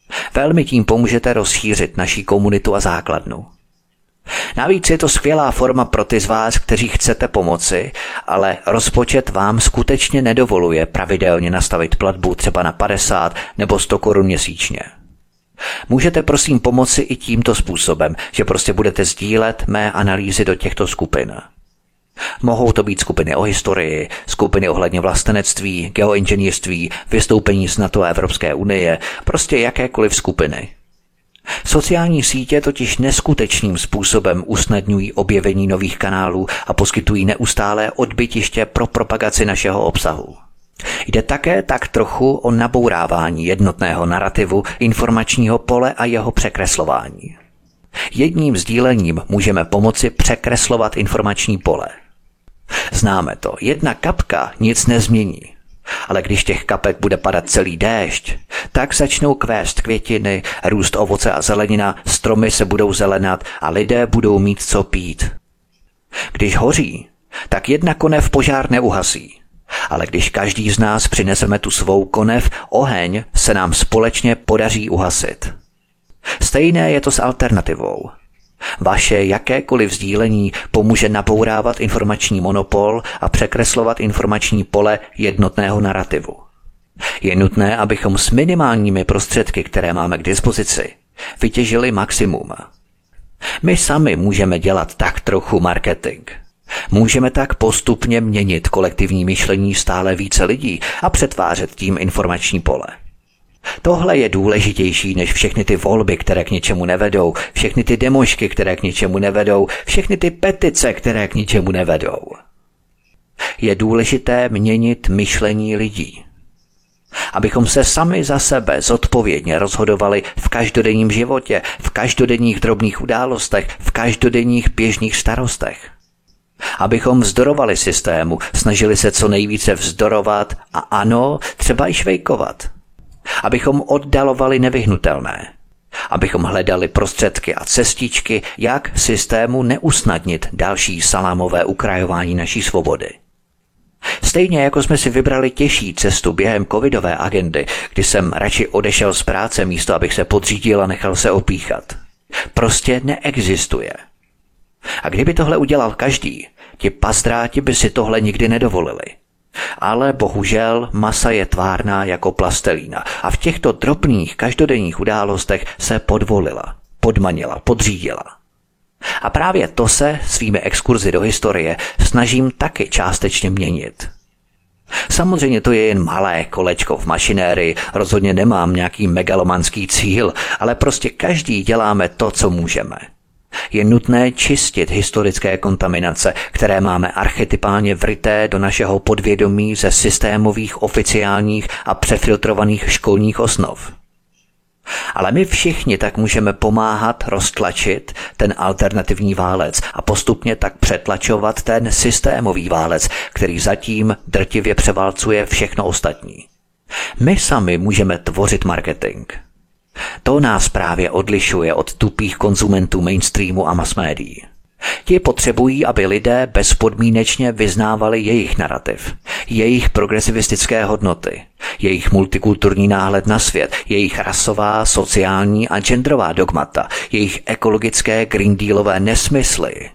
Velmi tím pomůžete rozšířit naši komunitu a základnu. Navíc je to skvělá forma pro ty z vás, kteří chcete pomoci, ale rozpočet vám skutečně nedovoluje pravidelně nastavit platbu třeba na 50 nebo 100 korun měsíčně. Můžete prosím pomoci i tímto způsobem, že prostě budete sdílet mé analýzy do těchto skupin. Mohou to být skupiny o historii, skupiny ohledně vlastenectví, geoinženýrství, vystoupení z NATO a Evropské unie, prostě jakékoliv skupiny. Sociální sítě totiž neskutečným způsobem usnadňují objevení nových kanálů a poskytují neustálé odbytiště pro propagaci našeho obsahu. Jde také tak trochu o nabourávání jednotného narrativu informačního pole a jeho překreslování. Jedním sdílením můžeme pomoci překreslovat informační pole. Známe to, jedna kapka nic nezmění. Ale když těch kapek bude padat celý déšť, tak začnou kvést květiny, růst ovoce a zelenina, stromy se budou zelenat a lidé budou mít co pít. Když hoří, tak jedna konev požár neuhasí. Ale když každý z nás přineseme tu svou konev, oheň se nám společně podaří uhasit. Stejné je to s alternativou. Vaše jakékoliv sdílení pomůže nabourávat informační monopol a překreslovat informační pole jednotného narrativu. Je nutné, abychom s minimálními prostředky, které máme k dispozici, vytěžili maximum. My sami můžeme dělat tak trochu marketing. Můžeme tak postupně měnit kolektivní myšlení stále více lidí a přetvářet tím informační pole. Tohle je důležitější než všechny ty volby, které k ničemu nevedou, všechny ty demošky, které k ničemu nevedou, všechny ty petice, které k ničemu nevedou. Je důležité měnit myšlení lidí. Abychom se sami za sebe zodpovědně rozhodovali v každodenním životě, v každodenních drobných událostech, v každodenních běžných starostech. Abychom vzdorovali systému, snažili se co nejvíce vzdorovat a ano, třeba i švejkovat. Abychom oddalovali nevyhnutelné. Abychom hledali prostředky a cestičky, jak systému neusnadnit další salámové ukrajování naší svobody. Stejně jako jsme si vybrali těžší cestu během covidové agendy, kdy jsem radši odešel z práce místo, abych se podřídil a nechal se opíchat. Prostě neexistuje. A kdyby tohle udělal každý, ti pazdráti by si tohle nikdy nedovolili. Ale bohužel masa je tvárná jako plastelína a v těchto drobných každodenních událostech se podvolila, podmanila, podřídila. A právě to se svými exkurzy do historie snažím taky částečně měnit. Samozřejmě to je jen malé kolečko v mašinérii, rozhodně nemám nějaký megalomanský cíl, ale prostě každý děláme to, co můžeme. Je nutné čistit historické kontaminace, které máme archetypálně vryté do našeho podvědomí ze systémových, oficiálních a přefiltrovaných školních osnov. Ale my všichni tak můžeme pomáhat roztlačit ten alternativní válec a postupně tak přetlačovat ten systémový válec, který zatím drtivě převálcuje všechno ostatní. My sami můžeme tvořit marketing. To nás právě odlišuje od tupých konzumentů mainstreamu a masmédií. Ti potřebují, aby lidé bezpodmínečně vyznávali jejich narrativ, jejich progresivistické hodnoty, jejich multikulturní náhled na svět, jejich rasová, sociální a genderová dogmata, jejich ekologické green dealové nesmysly.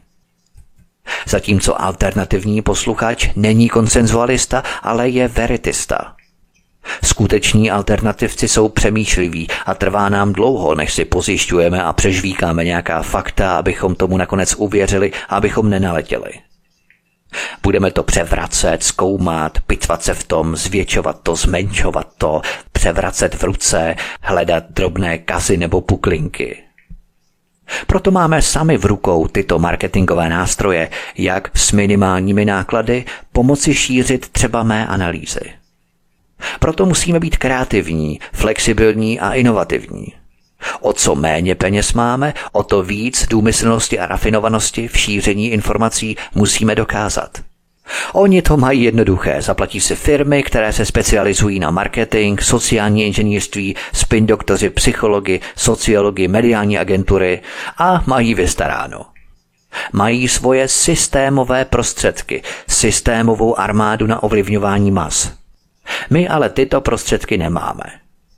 Zatímco alternativní posluchač není konsenzualista, ale je veritista. Skuteční alternativci jsou přemýšliví a trvá nám dlouho, než si pozjišťujeme a přežvíkáme nějaká fakta, abychom tomu nakonec uvěřili a abychom nenaletěli. Budeme to převracet, zkoumat, pitvat se v tom, zvětšovat to, zmenšovat to, převracet v ruce, hledat drobné kazy nebo puklinky. Proto máme sami v rukou tyto marketingové nástroje, jak s minimálními náklady pomoci šířit třeba mé analýzy. Proto musíme být kreativní, flexibilní a inovativní. O co méně peněz máme, o to víc důmyslnosti a rafinovanosti v šíření informací musíme dokázat. Oni to mají jednoduché, zaplatí si firmy, které se specializují na marketing, sociální inženýrství, spin doktoři, psychologi, sociologi, mediální agentury a mají vystaráno. Mají svoje systémové prostředky, systémovou armádu na ovlivňování mas. My ale tyto prostředky nemáme.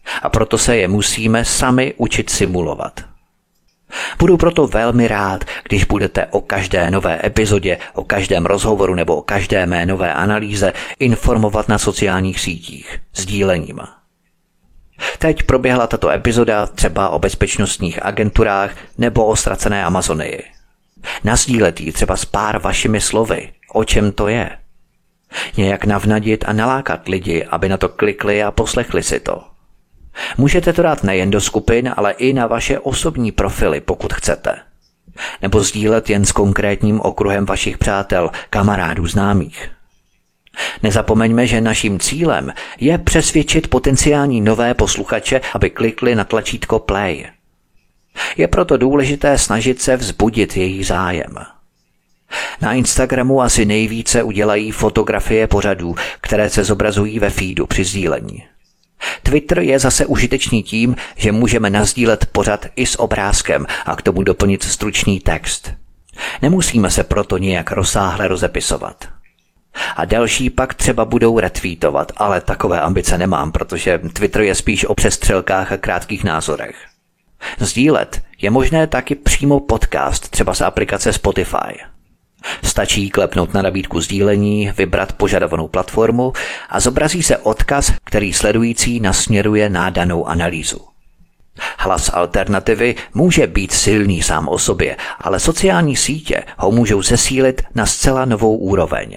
A proto se je musíme sami učit simulovat. Budu proto velmi rád, když budete o každé nové epizodě, o každém rozhovoru nebo o každé mé nové analýze informovat na sociálních sítích sdílením. Teď proběhla tato epizoda třeba o bezpečnostních agenturách nebo o ztracené Amazonii. Nasdílet ji třeba s pár vašimi slovy, o čem to je. Nějak navnadit a nalákat lidi, aby na to klikli a poslechli si to. Můžete to dát nejen do skupin, ale i na vaše osobní profily, pokud chcete. Nebo sdílet jen s konkrétním okruhem vašich přátel, kamarádů, známých. Nezapomeňme, že naším cílem je přesvědčit potenciální nové posluchače, aby klikli na tlačítko play. Je proto důležité snažit se vzbudit jejich zájem. Na Instagramu asi nejvíce udělají fotografie pořadů, které se zobrazují ve feedu při sdílení. Twitter je zase užitečný tím, že můžeme nasdílet pořad i s obrázkem a k tomu doplnit stručný text. Nemusíme se proto nějak rozsáhle rozepisovat. A další pak třeba budou retweetovat, ale takové ambice nemám, protože Twitter je spíš o přestřelkách a krátkých názorech. Sdílet je možné taky přímo podcast, třeba z aplikace Spotify. Stačí klepnout na nabídku sdílení, vybrat požadovanou platformu a zobrazí se odkaz, který sledující nasměruje na danou analýzu. Hlas alternativy může být silný sám o sobě, ale sociální sítě ho můžou zesílit na zcela novou úroveň.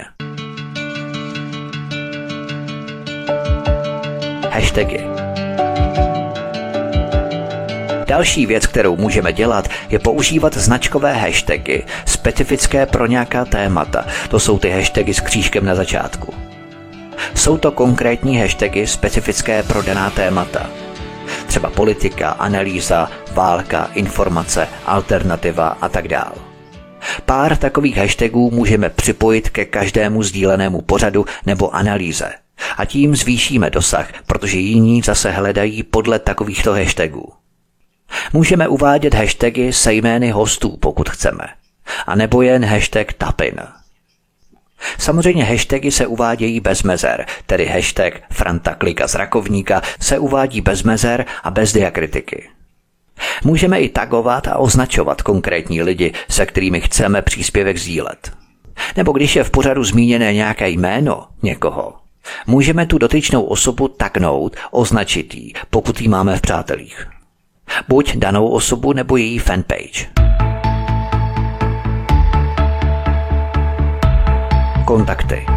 Hashtagy. Další věc, kterou můžeme dělat, je používat značkové hashtagy, specifické pro nějaká témata. To jsou ty hashtagy s křížkem na začátku. Jsou to konkrétní hashtagy specifické pro daná témata. Třeba politika, analýza, válka, informace, alternativa a tak dál. Pár takových hashtagů můžeme připojit ke každému sdílenému pořadu nebo analýze. A tím zvýšíme dosah, protože jiní zase hledají podle takovýchto hashtagů. Můžeme uvádět hashtagy se jmény hostů, pokud chceme. A nebo jen hashtag tapin. Samozřejmě hashtagy se uvádějí bez mezer, tedy hashtag Franta Klika z Rakovníka se uvádí bez mezer a bez diakritiky. Můžeme i tagovat a označovat konkrétní lidi, se kterými chceme příspěvek sdílet. Nebo když je v pořadu zmíněné nějaké jméno někoho, můžeme tu dotyčnou osobu tagnout, označit ji, pokud ji máme v přátelích. Buď danou osobu nebo její fanpage. Kontakty.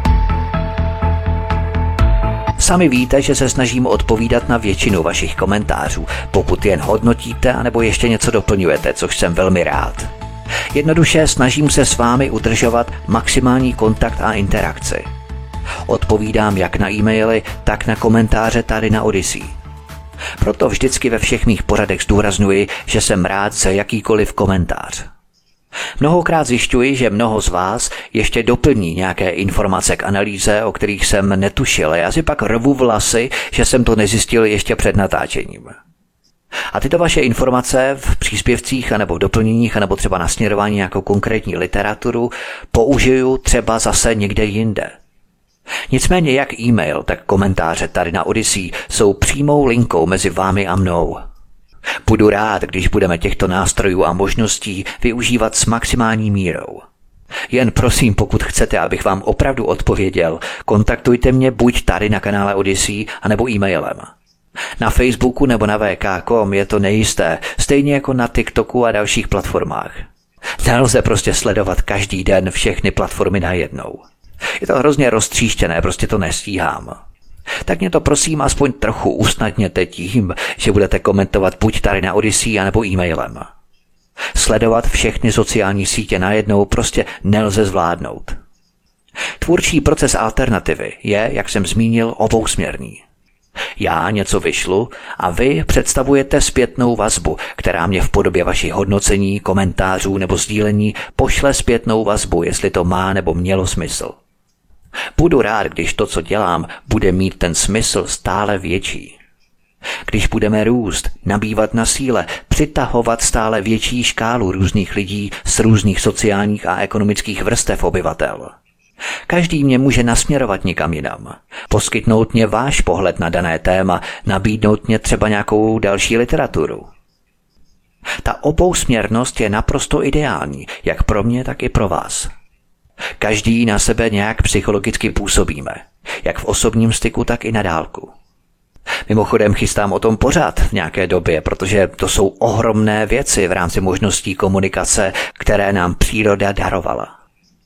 Sami víte, že se snažím odpovídat na většinu vašich komentářů, pokud jen hodnotíte anebo ještě něco doplňujete, což jsem velmi rád. Jednoduše snažím se s vámi udržovat maximální kontakt a interakci. Odpovídám jak na e-maily, tak na komentáře tady na Odyssey. Proto vždycky ve všech mých pořadech zdůrazňuji, že jsem rád za jakýkoliv komentář. Mnohokrát zjišťuji, že mnoho z vás ještě doplní nějaké informace k analýze, o kterých jsem netušil, a já si pak rvu vlasy, že jsem to nezjistil ještě před natáčením. A tyto vaše informace v příspěvcích anebo v doplněních anebo třeba nasměrování nějakou konkrétní literaturu použiju třeba zase někde jinde. Nicméně jak e-mail, tak komentáře tady na Odyssey jsou přímou linkou mezi vámi a mnou. Budu rád, když budeme těchto nástrojů a možností využívat s maximální mírou. Jen prosím, pokud chcete, abych vám opravdu odpověděl, kontaktujte mě buď tady na kanále Odyssey, anebo e-mailem. Na Facebooku nebo na vk.com je to nejisté, stejně jako na TikToku a dalších platformách. Nelze prostě sledovat každý den všechny platformy najednou. Je to hrozně roztříštěné, prostě to nestíhám. Tak mě to prosím aspoň trochu usnadněte tím, že budete komentovat buď tady na Odyssey, anebo e-mailem. Sledovat všechny sociální sítě najednou prostě nelze zvládnout. Tvůrčí proces alternativy je, jak jsem zmínil, obousměrný. Já něco vyšlu a vy představujete zpětnou vazbu, která mě v podobě vašich hodnocení, komentářů nebo sdílení pošle zpětnou vazbu, jestli to má nebo mělo smysl. Budu rád, když to, co dělám, bude mít ten smysl stále větší. Když budeme růst, nabývat na síle, přitahovat stále větší škálu různých lidí z různých sociálních a ekonomických vrstev obyvatel. Každý mě může nasměrovat někam jinam, poskytnout mě váš pohled na dané téma, nabídnout mě třeba nějakou další literaturu. Ta obousměrnost je naprosto ideální, jak pro mě, tak i pro vás. Každý na sebe nějak psychologicky působíme, jak v osobním styku, tak i na dálku. Mimochodem chystám o tom pořád v nějaké době, protože to jsou ohromné věci v rámci možností komunikace, které nám příroda darovala.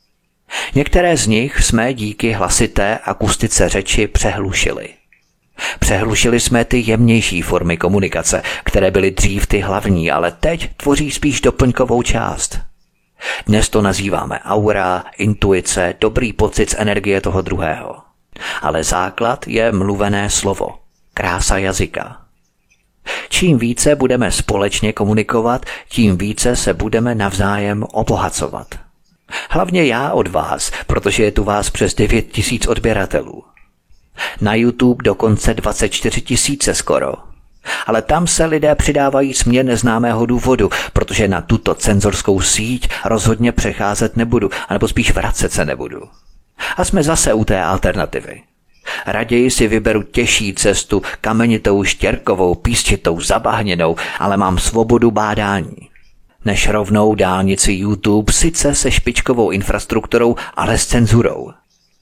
Některé z nich jsme díky hlasité akustice řeči přehlušili. Přehlušili jsme ty jemnější formy komunikace, které byly dřív ty hlavní, ale teď tvoří spíš doplňkovou část. Dnes to nazýváme aura, intuice, dobrý pocit z energie toho druhého. Ale základ je mluvené slovo, krása jazyka. Čím více budeme společně komunikovat, tím více se budeme navzájem obohacovat. Hlavně já od vás, protože je tu vás přes 9 000 odběratelů. Na YouTube dokonce 24 000 skoro. Ale tam se lidé přidávají z mě neznámého důvodu, protože na tuto cenzorskou síť rozhodně přecházet nebudu, anebo spíš vracet se nebudu. A jsme zase u té alternativy. Raději si vyberu těžší cestu, kamenitou, štěrkovou, písčitou, zabahněnou, ale mám svobodu bádání. Než rovnou dálnici YouTube, sice se špičkovou infrastrukturou, ale s cenzurou.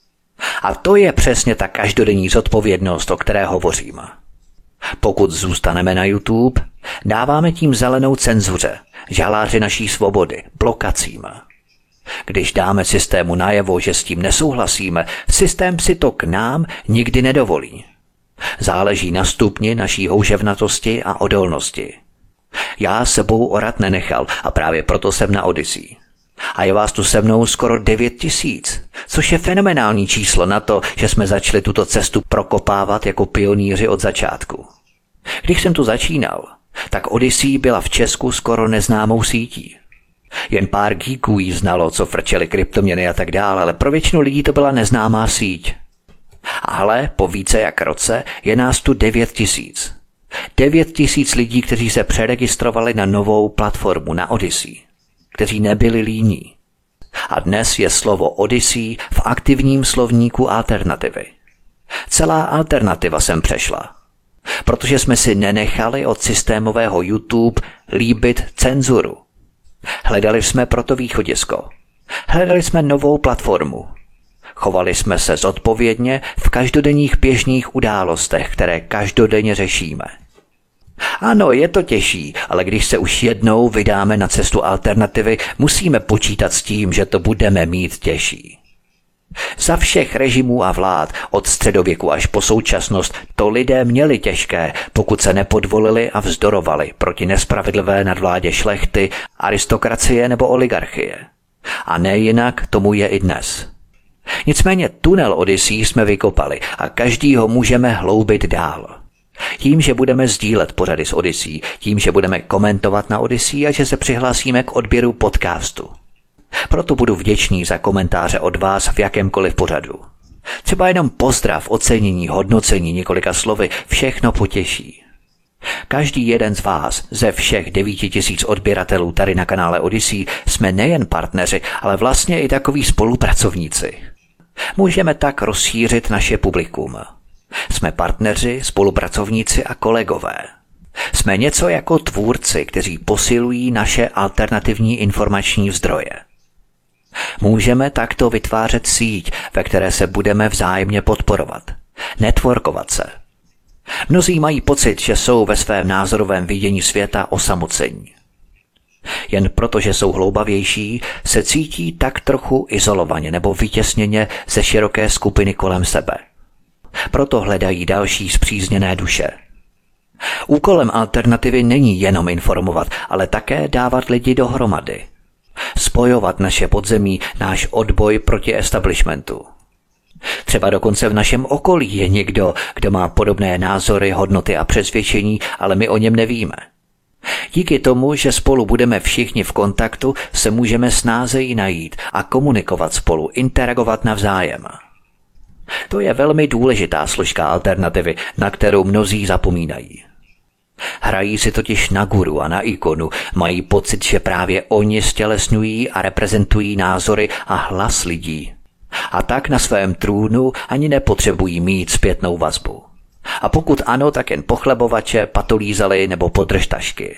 A to je přesně ta každodenní zodpovědnost, o které hovořím. Pokud zůstaneme na YouTube, dáváme tím zelenou cenzuře, žaláři naší svobody, blokacím. Když dáme systému najevo, že s tím nesouhlasíme, systém si to k nám nikdy nedovolí. Záleží na stupni naší houževnatosti a odolnosti. Já sebou orat nenechal a právě proto jsem na Odyssey. A je vás tu se mnou skoro 9 000, což je fenomenální číslo na to, že jsme začali tuto cestu prokopávat jako pionýři od začátku. Když jsem tu začínal, tak Odyssey byla v Česku skoro neznámou sítí. Jen pár geeků jí znalo, co frčeli kryptoměny a tak dále, ale pro většinu lidí to byla neznámá síť. Ale po více jak roce je nás tu 9 000. 9 000 lidí, kteří se přeregistrovali na novou platformu, na Odyssey, kteří nebyli líní. A dnes je slovo Odyssey v aktivním slovníku alternativy. Celá alternativa sem přešla. Protože jsme si nenechali od systémového YouTube líbit cenzuru. Hledali jsme proto východisko. Hledali jsme novou platformu. Chovali jsme se zodpovědně v každodenních běžných událostech, které každodenně řešíme. Ano, je to těžší, ale když se už jednou vydáme na cestu alternativy, musíme počítat s tím, že to budeme mít těžší. Za všech režimů a vlád, od středověku až po současnost, to lidé měli těžké, pokud se nepodvolili a vzdorovali proti nespravedlivé nadvládě šlechty, aristokracie nebo oligarchie. A nejinak tomu je i dnes. Nicméně tunel Odyssey jsme vykopali a každý ho můžeme hloubit dál. Tím, že budeme sdílet pořady z Odyssey, tím, že budeme komentovat na Odyssey a že se přihlásíme k odběru podcastu. Proto budu vděčný za komentáře od vás v jakémkoliv pořadu. Třeba jenom pozdrav, ocenění, hodnocení několika slovy, všechno potěší. Každý jeden z vás, ze všech 9 000 odběratelů tady na kanále Odyssey, jsme nejen partneři, ale vlastně i takoví spolupracovníci. Můžeme tak rozšířit naše publikum. Jsme partneři, spolupracovníci a kolegové. Jsme něco jako tvůrci, kteří posilují naše alternativní informační zdroje. Můžeme takto vytvářet síť, ve které se budeme vzájemně podporovat, networkovat se. Mnozí mají pocit, že jsou ve svém názorovém vidění světa osamocení. Jen proto, že jsou hloubavější, se cítí tak trochu izolovaně nebo vytěsněně ze široké skupiny kolem sebe. Proto hledají další spřízněné duše. Úkolem alternativy není jenom informovat, ale také dávat lidi dohromady. Spojovat naše podzemí, náš odboj proti establishmentu. Třeba dokonce v našem okolí je někdo, kdo má podobné názory, hodnoty a přesvědčení, ale my o něm nevíme. Díky tomu, že spolu budeme všichni v kontaktu, se můžeme snázeji najít a komunikovat spolu, interagovat navzájem. To je velmi důležitá složka alternativy, na kterou mnozí zapomínají. Hrají si totiž na guru a na ikonu, mají pocit, že právě oni stělesňují a reprezentují názory a hlas lidí. A tak na svém trůnu ani nepotřebují mít zpětnou vazbu. A pokud ano, tak jen pochlebovače, patolízaly nebo podržtašky.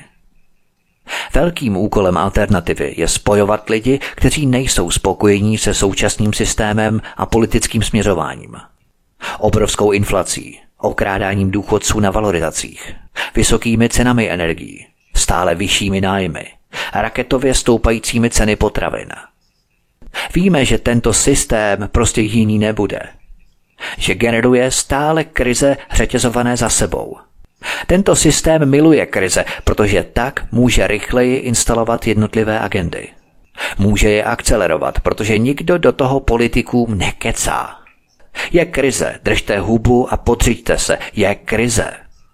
Velkým úkolem alternativy je spojovat lidi, kteří nejsou spokojení se současným systémem a politickým směřováním. Obrovskou inflací, okrádáním důchodců na valorizacích, vysokými cenami energií, stále vyššími nájmy, raketově stoupajícími ceny potravin. Víme, že tento systém prostě jiný nebude. Že generuje stále krize řetězované za sebou. Tento systém miluje krize, protože tak může rychleji instalovat jednotlivé agendy. Může je akcelerovat, protože nikdo do toho politikům nekecá. Je krize, držte hubu a podřiďte se, je krize.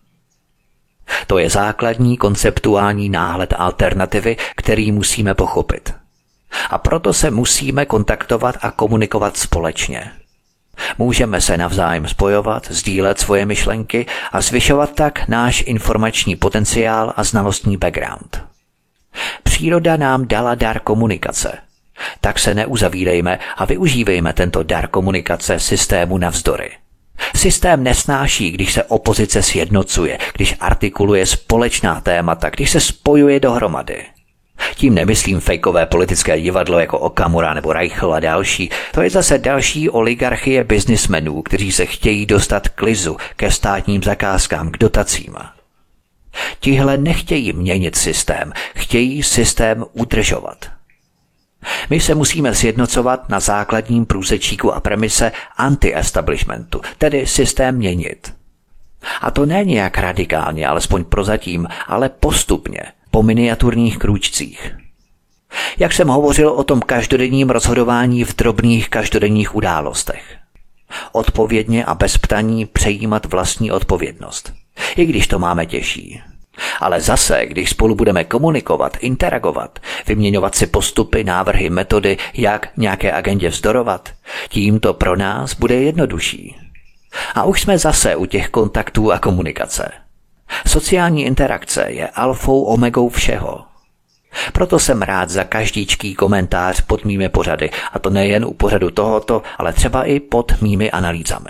To je základní konceptuální náhled alternativy, který musíme pochopit. A proto se musíme kontaktovat a komunikovat společně. Můžeme se navzájem spojovat, sdílet svoje myšlenky a zvyšovat tak náš informační potenciál a znalostní background. Příroda nám dala dar komunikace. Tak se neuzavírejme a využívejme tento dar komunikace systému navzdory. Systém nesnáší, když se opozice sjednocuje, když artikuluje společná témata, když se spojuje dohromady. Tím nemyslím fejkové politické divadlo jako Okamura nebo Reichl a další. To je zase další oligarchie biznismenů, kteří se chtějí dostat k lizu, ke státním zakázkám, k dotacím. Tihle nechtějí měnit systém, chtějí systém udržovat. My se musíme sjednocovat na základním průsečíku a premise anti-establishmentu, tedy systém měnit. A to ne nějak radikálně, alespoň prozatím, ale postupně, po miniaturních krůčcích. Jak jsem hovořil o tom každodenním rozhodování v drobných každodenních událostech. Odpovědně a bez ptaní přejímat vlastní odpovědnost. I když to máme těžší. Ale zase, když spolu budeme komunikovat, interagovat, vyměňovat si postupy, návrhy, metody, jak nějaké agendě vzdorovat, tím to pro nás bude jednodušší. A už jsme zase u těch kontaktů a komunikace. Sociální interakce je alfou omegou všeho. Proto jsem rád za každýčký komentář pod mými pořady, a to nejen u pořadu tohoto, ale třeba i pod mými analýzami.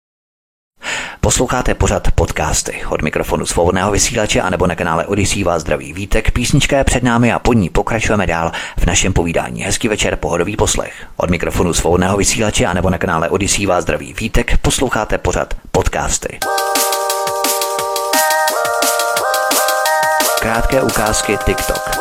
Posloucháte pořad Podcasty. Od mikrofonu Svobodného vysílače anebo na kanále Odyssey vás zdraví Vítek. Písnička je před námi a po ní pokračujeme dál v našem povídání. Hezký večer, pohodový poslech. Od mikrofonu Svobodného vysílače anebo na kanále Odyssey vás zdraví Vítek. Posloucháte pořad Podcasty. Krátké ukázky TikTok.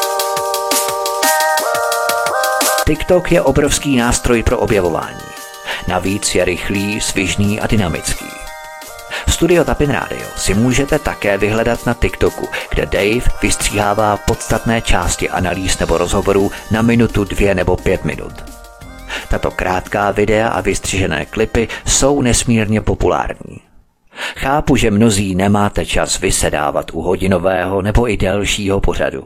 TikTok je obrovský nástroj pro objevování. Navíc je rychlý, svižný a dynamický. Studio Tapin Radio si můžete také vyhledat na TikToku, kde Dave vystříhává podstatné části analýz nebo rozhovorů na minutu, 2 nebo 5 minut. Tato krátká videa a vystřižené klipy jsou nesmírně populární. Chápu, že mnozí nemáte čas vysedávat u hodinového nebo i delšího pořadu.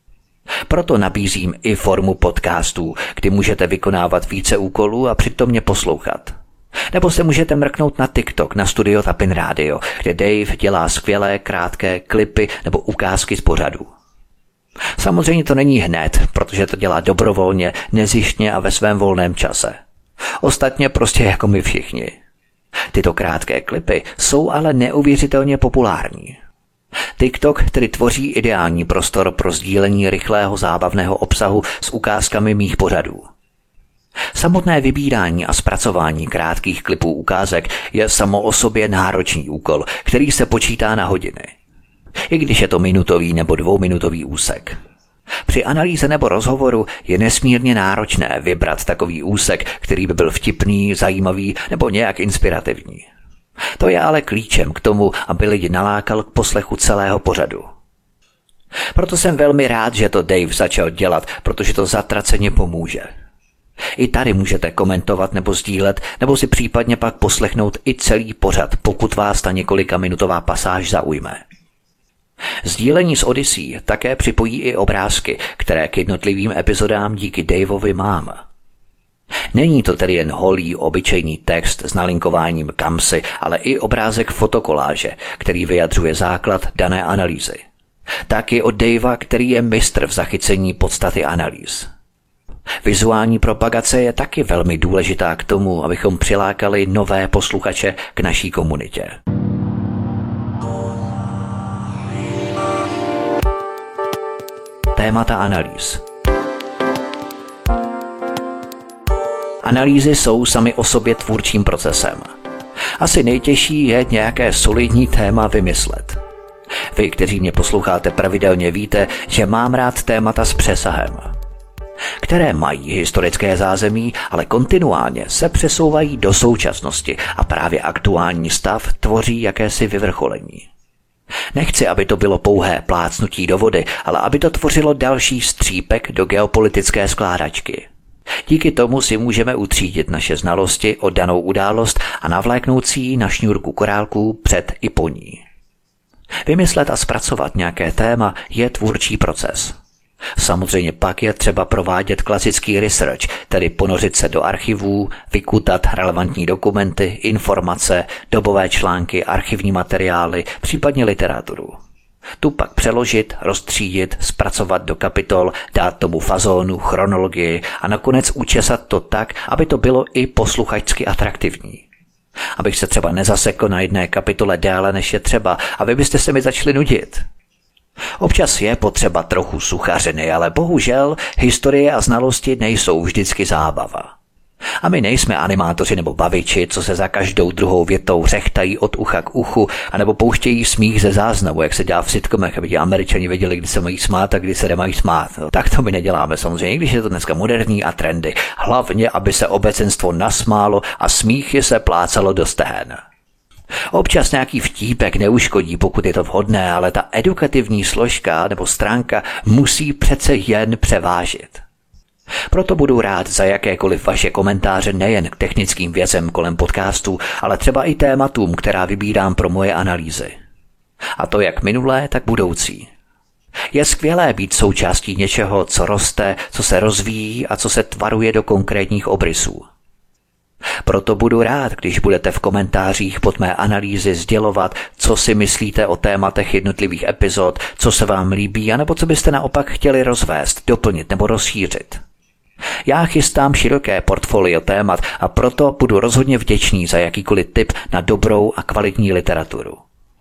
Proto nabízím i formu podcastů, kdy můžete vykonávat více úkolů a přitom mě poslouchat. Nebo se můžete mrknout na TikTok, na Studio Tapin Radio, kde Dave dělá skvělé krátké klipy nebo ukázky z pořadu. Samozřejmě to není hned, protože to dělá dobrovolně, nezištně a ve svém volném čase. Ostatně prostě jako my všichni. Tyto krátké klipy jsou ale neuvěřitelně populární. TikTok tedy tvoří ideální prostor pro sdílení rychlého zábavného obsahu s ukázkami mých pořadů. Samotné vybírání a zpracování krátkých klipů ukázek je samo o sobě náročný úkol, který se počítá na hodiny. I když je to minutový nebo 2minutový úsek. Při analýze nebo rozhovoru je nesmírně náročné vybrat takový úsek, který by byl vtipný, zajímavý nebo nějak inspirativní. To je ale klíčem k tomu, aby lidi nalákal k poslechu celého pořadu. Proto jsem velmi rád, že to Dave začal dělat, protože to zatraceně pomůže. I tady můžete komentovat nebo sdílet, nebo si případně pak poslechnout i celý pořad, pokud vás ta několikaminutová pasáž zaujme. Sdílení s Odyssey také připojí i obrázky, které k jednotlivým epizodám díky Daveovi mám. Není to tedy jen holý, obyčejný text s nalinkováním kamsi, ale i obrázek fotokoláže, který vyjadřuje základ dané analýzy. Taky od Davea, který je mistr v zachycení podstaty analýz. Vizuální propagace je taky velmi důležitá k tomu, abychom přilákali nové posluchače k naší komunitě. Témata analýz. Analýzy jsou sami o sobě tvůrčím procesem. Asi nejtěžší je nějaké solidní téma vymyslet. Vy, kteří mě posloucháte pravidelně, víte, že mám rád témata s přesahem, které mají historické zázemí, ale kontinuálně se přesouvají do současnosti a právě aktuální stav tvoří jakési vyvrcholení. Nechci, aby to bylo pouhé plácnutí do vody, ale aby to tvořilo další střípek do geopolitické skládačky. Díky tomu si můžeme utřídit naše znalosti o danou událost a navléknout si ji na šňůrku korálků před i po ní. Vymyslet a zpracovat nějaké téma je tvůrčí proces. Samozřejmě pak je třeba provádět klasický research, tedy ponořit se do archivů, vykutat relevantní dokumenty, informace, dobové články, archivní materiály, případně literaturu. Tu pak přeložit, roztřídit, zpracovat do kapitol, dát tomu fazónu, chronologii a nakonec učesat to tak, aby to bylo i posluchačsky atraktivní. Abych se třeba nezasekl na jedné kapitole déle, než je třeba, a vy byste se mi začali nudit. Občas je potřeba trochu suchařiny, ale bohužel historie a znalosti nejsou vždycky zábava. A my nejsme animátoři nebo baviči, co se za každou druhou větou řechtají od ucha k uchu, anebo pouštějí smích ze záznamu, jak se dělá v sitcomech, aby ti Američani věděli, kdy se mají smát a kdy se nemají smát. Tak to my neděláme samozřejmě, když je to dneska moderní a trendy. Hlavně, aby se obecenstvo nasmálo a smíchy se plácalo do stehen. Občas nějaký vtípek neuškodí, pokud je to vhodné, ale ta edukativní složka nebo stránka musí přece jen převážit. Proto budu rád za jakékoliv vaše komentáře nejen k technickým věcem kolem podcastu, ale třeba i tématům, která vybírám pro moje analýzy. A to jak minulé, tak budoucí. Je skvělé být součástí něčeho, co roste, co se rozvíjí a co se tvaruje do konkrétních obrysů. Proto budu rád, když budete v komentářích pod mé analýzy sdělovat, co si myslíte o tématech jednotlivých epizod, co se vám líbí, anebo co byste naopak chtěli rozvést, doplnit nebo rozšířit. Já chystám široké portfolio témat a proto budu rozhodně vděčný za jakýkoliv tip na dobrou a kvalitní literaturu.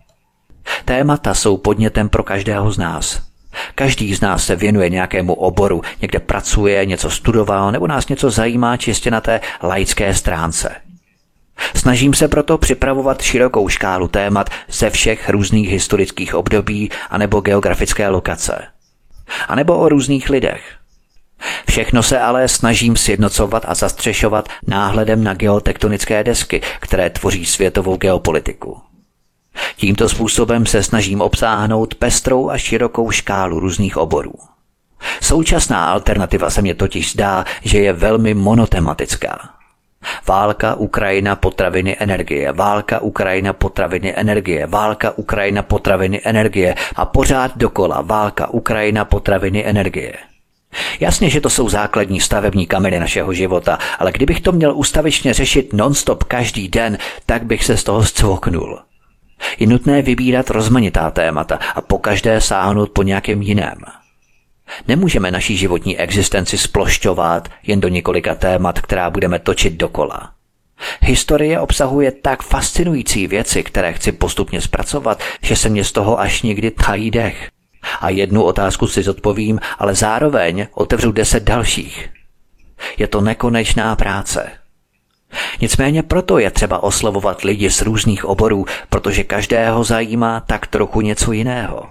Témata jsou podnětem pro každého z nás. Každý z nás se věnuje nějakému oboru, někde pracuje, něco studoval nebo nás něco zajímá čistě na té laické stránce. Snažím se proto připravovat širokou škálu témat ze všech různých historických období anebo geografické lokace. A nebo o různých lidech. Všechno se ale snažím sjednocovat a zastřešovat náhledem na geotektonické desky, které tvoří světovou geopolitiku. Tímto způsobem se snažím obsáhnout pestrou a širokou škálu různých oborů. Současná alternativa se mně totiž zdá, že je velmi monotematická. Válka, Ukrajina, potraviny, energie, válka, Ukrajina, potraviny, energie, válka, Ukrajina, potraviny, energie a pořád dokola válka, Ukrajina, potraviny, energie. Jasně, že to jsou základní stavební kameny našeho života, ale kdybych to měl ustavičně řešit non-stop každý den, tak bych se z toho zcvoknul. Je nutné vybírat rozmanitá témata a pokaždé sáhnout po nějakém jiném. Nemůžeme naší životní existenci splošťovat jen do několika témat, která budeme točit dokola. Historie obsahuje tak fascinující věci, které chci postupně zpracovat, že se mě z toho až někdy tají dech. A jednu otázku si zodpovím, ale zároveň otevřu 10 dalších. Je to nekonečná práce. Nicméně proto je třeba oslovovat lidi z různých oborů, protože každého zajímá tak trochu něco jiného.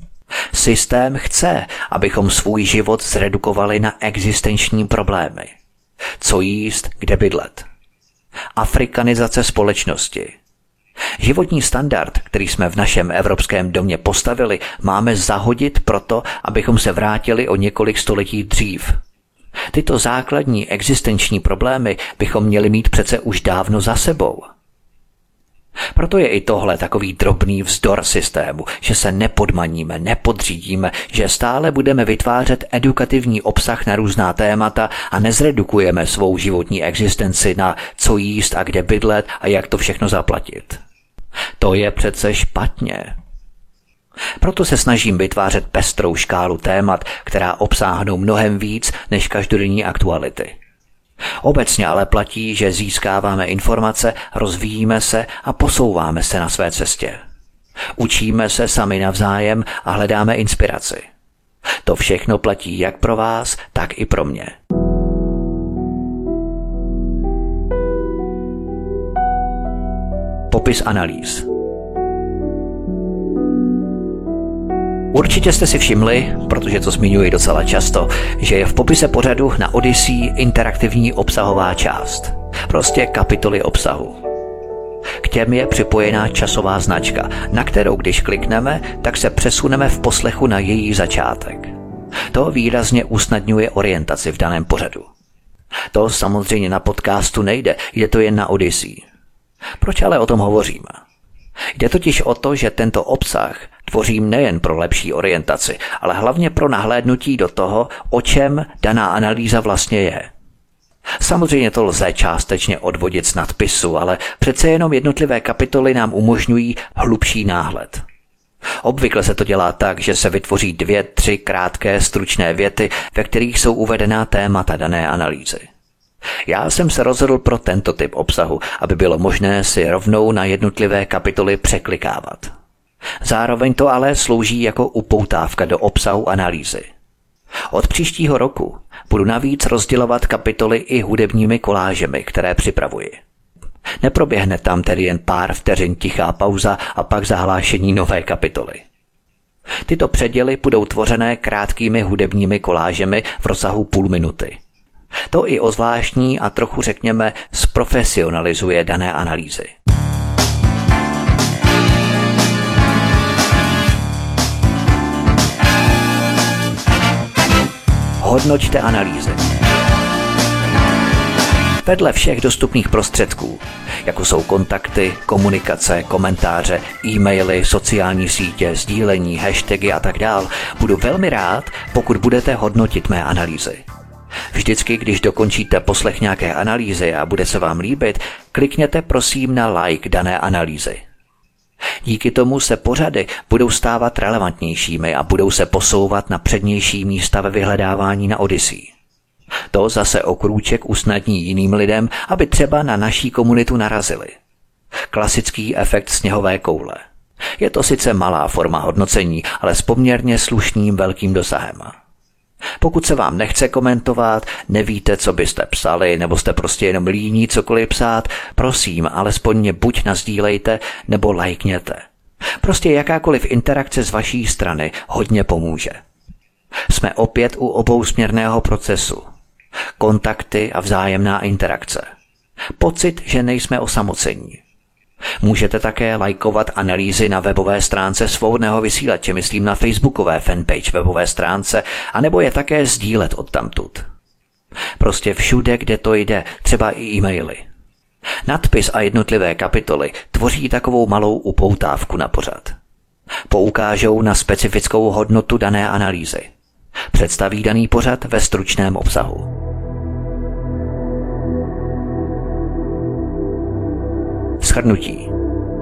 Systém chce, abychom svůj život zredukovali na existenční problémy. Co jíst, kde bydlet. Afrikanizace společnosti. Životní standard, který jsme v našem evropském domě postavili, máme zahodit proto, abychom se vrátili o několik století dřív. Tyto základní existenční problémy bychom měli mít přece už dávno za sebou. Proto je i tohle takový drobný vzdor systému, že se nepodmaníme, nepodřídíme, že stále budeme vytvářet edukativní obsah na různá témata a nezredukujeme svou životní existenci na co jíst a kde bydlet a jak to všechno zaplatit. To je přece špatně. Proto se snažím vytvářet pestrou škálu témat, která obsáhnou mnohem víc než každodenní aktuality. Obecně ale platí, že získáváme informace, rozvíjíme se a posouváme se na své cestě. Učíme se sami navzájem a hledáme inspiraci. To všechno platí jak pro vás, tak i pro mě. Popis analýz. Určitě jste si všimli, protože to zmiňuji docela často, že je v popise pořadu na Odyssey interaktivní obsahová část. Prostě kapitoly obsahu. K těm je připojená časová značka, na kterou když klikneme, tak se přesuneme v poslechu na její začátek. To výrazně usnadňuje orientaci v daném pořadu. To samozřejmě na podcastu nejde, je to jen na Odyssey. Proč ale o tom hovoříme? Jde totiž o to, že tento obsah tvořím nejen pro lepší orientaci, ale hlavně pro nahlédnutí do toho, o čem daná analýza vlastně je. Samozřejmě to lze částečně odvodit z nadpisu, ale přece jenom jednotlivé kapitoly nám umožňují hlubší náhled. Obvykle se to dělá tak, že se vytvoří 2-3 krátké stručné věty, ve kterých jsou uvedená témata dané analýzy. Já jsem se rozhodl pro tento typ obsahu, aby bylo možné si rovnou na jednotlivé kapitoly překlikávat. Zároveň to ale slouží jako upoutávka do obsahu analýzy. Od příštího roku budu navíc rozdělovat kapitoly i hudebními kolážemi, které připravuji. Neproběhne tam tedy jen pár vteřin tichá pauza a pak zahlášení nové kapitoly. Tyto předěly budou tvořené krátkými hudebními kolážemi v rozsahu půl minuty. To i ozvláštní a trochu řekněme zprofesionalizuje dané analýzy. Hodnoťte analýzy. Vedle všech dostupných prostředků, jako jsou kontakty, komunikace, komentáře, e-maily, sociální sítě, sdílení, hashtagy a tak dál, budu velmi rád, pokud budete hodnotit mé analýzy. Vždycky, když dokončíte poslech nějaké analýzy a bude se vám líbit, klikněte prosím na like dané analýzy. Díky tomu se pořady budou stávat relevantnějšími a budou se posouvat na přednější místa ve vyhledávání na Odyssey. To zase o krůček usnadní jiným lidem, aby třeba na naší komunitu narazili. Klasický efekt sněhové koule. Je to sice malá forma hodnocení, ale s poměrně slušným velkým dosahem. Pokud se vám nechce komentovat, nevíte, co byste psali, nebo jste prostě jenom líní cokoliv psát, prosím, alespoň mě buď nasdílejte, nebo lajkněte. Prostě jakákoliv interakce z vaší strany hodně pomůže. Jsme opět u obousměrného procesu. Kontakty a vzájemná interakce. Pocit, že nejsme osamocení. Můžete také lajkovat analýzy na webové stránce Svobodného vysílače, myslím na facebookové fanpage webové stránce, anebo je také sdílet odtamtud. Prostě všude, kde to jde, třeba i e-maily. Nadpis a jednotlivé kapitoly tvoří takovou malou upoutávku na pořad. Poukážou na specifickou hodnotu dané analýzy. Představí daný pořad ve stručném obsahu. Shrnutí.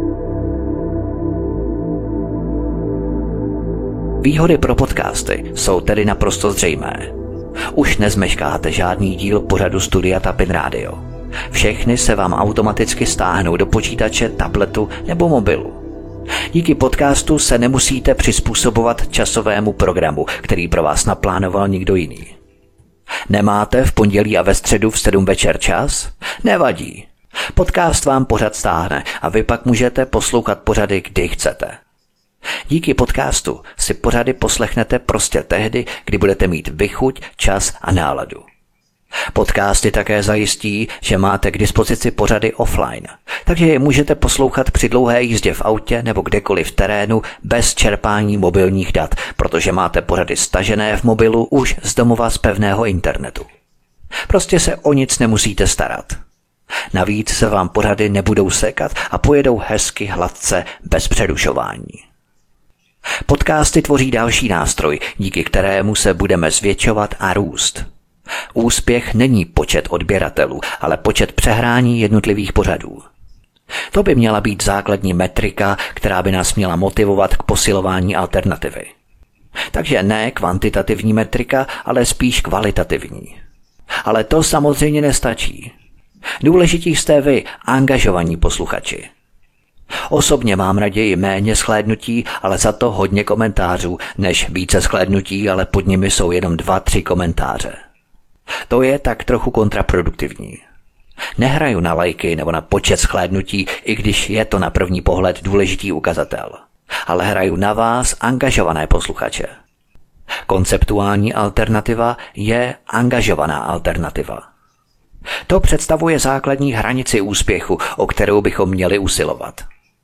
Výhody pro podcasty jsou tedy naprosto zřejmé. Už nezmeškáte žádný díl pořadu Studia Tapin Radio. Všechny se vám automaticky stáhnou do počítače, tabletu nebo mobilu. Díky podcastu se nemusíte přizpůsobovat časovému programu, který pro vás naplánoval někdo jiný. Nemáte v pondělí a ve středu v 7 večer čas? Nevadí. Podcast vám pořad stáhne a vy pak můžete poslouchat pořady, kdy chcete. Díky podcastu si pořady poslechnete prostě tehdy, kdy budete mít vychuť, čas a náladu. Podcasty také zajistí, že máte k dispozici pořady offline, takže je můžete poslouchat při dlouhé jízdě v autě nebo kdekoliv v terénu bez čerpání mobilních dat, protože máte pořady stažené v mobilu už z domova z pevného internetu. Prostě se o nic nemusíte starat. Navíc se vám pořady nebudou sekat a pojedou hezky hladce bez přerušování. Podcasty tvoří další nástroj, díky kterému se budeme zvětšovat a růst. Úspěch není počet odběratelů, ale počet přehrání jednotlivých pořadů. To by měla být základní metrika, která by nás měla motivovat k posilování alternativy. Takže ne kvantitativní metrika, ale spíš kvalitativní. Ale to samozřejmě nestačí. Důležití jste vy, angažovaní posluchači. Osobně mám raději méně shlédnutí, ale za to hodně komentářů, než více shlédnutí, ale pod nimi jsou jenom 2-3 komentáře. To je tak trochu kontraproduktivní. Nehraju na lajky nebo na počet shlédnutí, i když je to na první pohled důležitý ukazatel. Ale hraju na vás, angažované posluchače. Konceptuální alternativa je angažovaná alternativa. To představuje základní hranici úspěchu, o kterou bychom měli usilovat.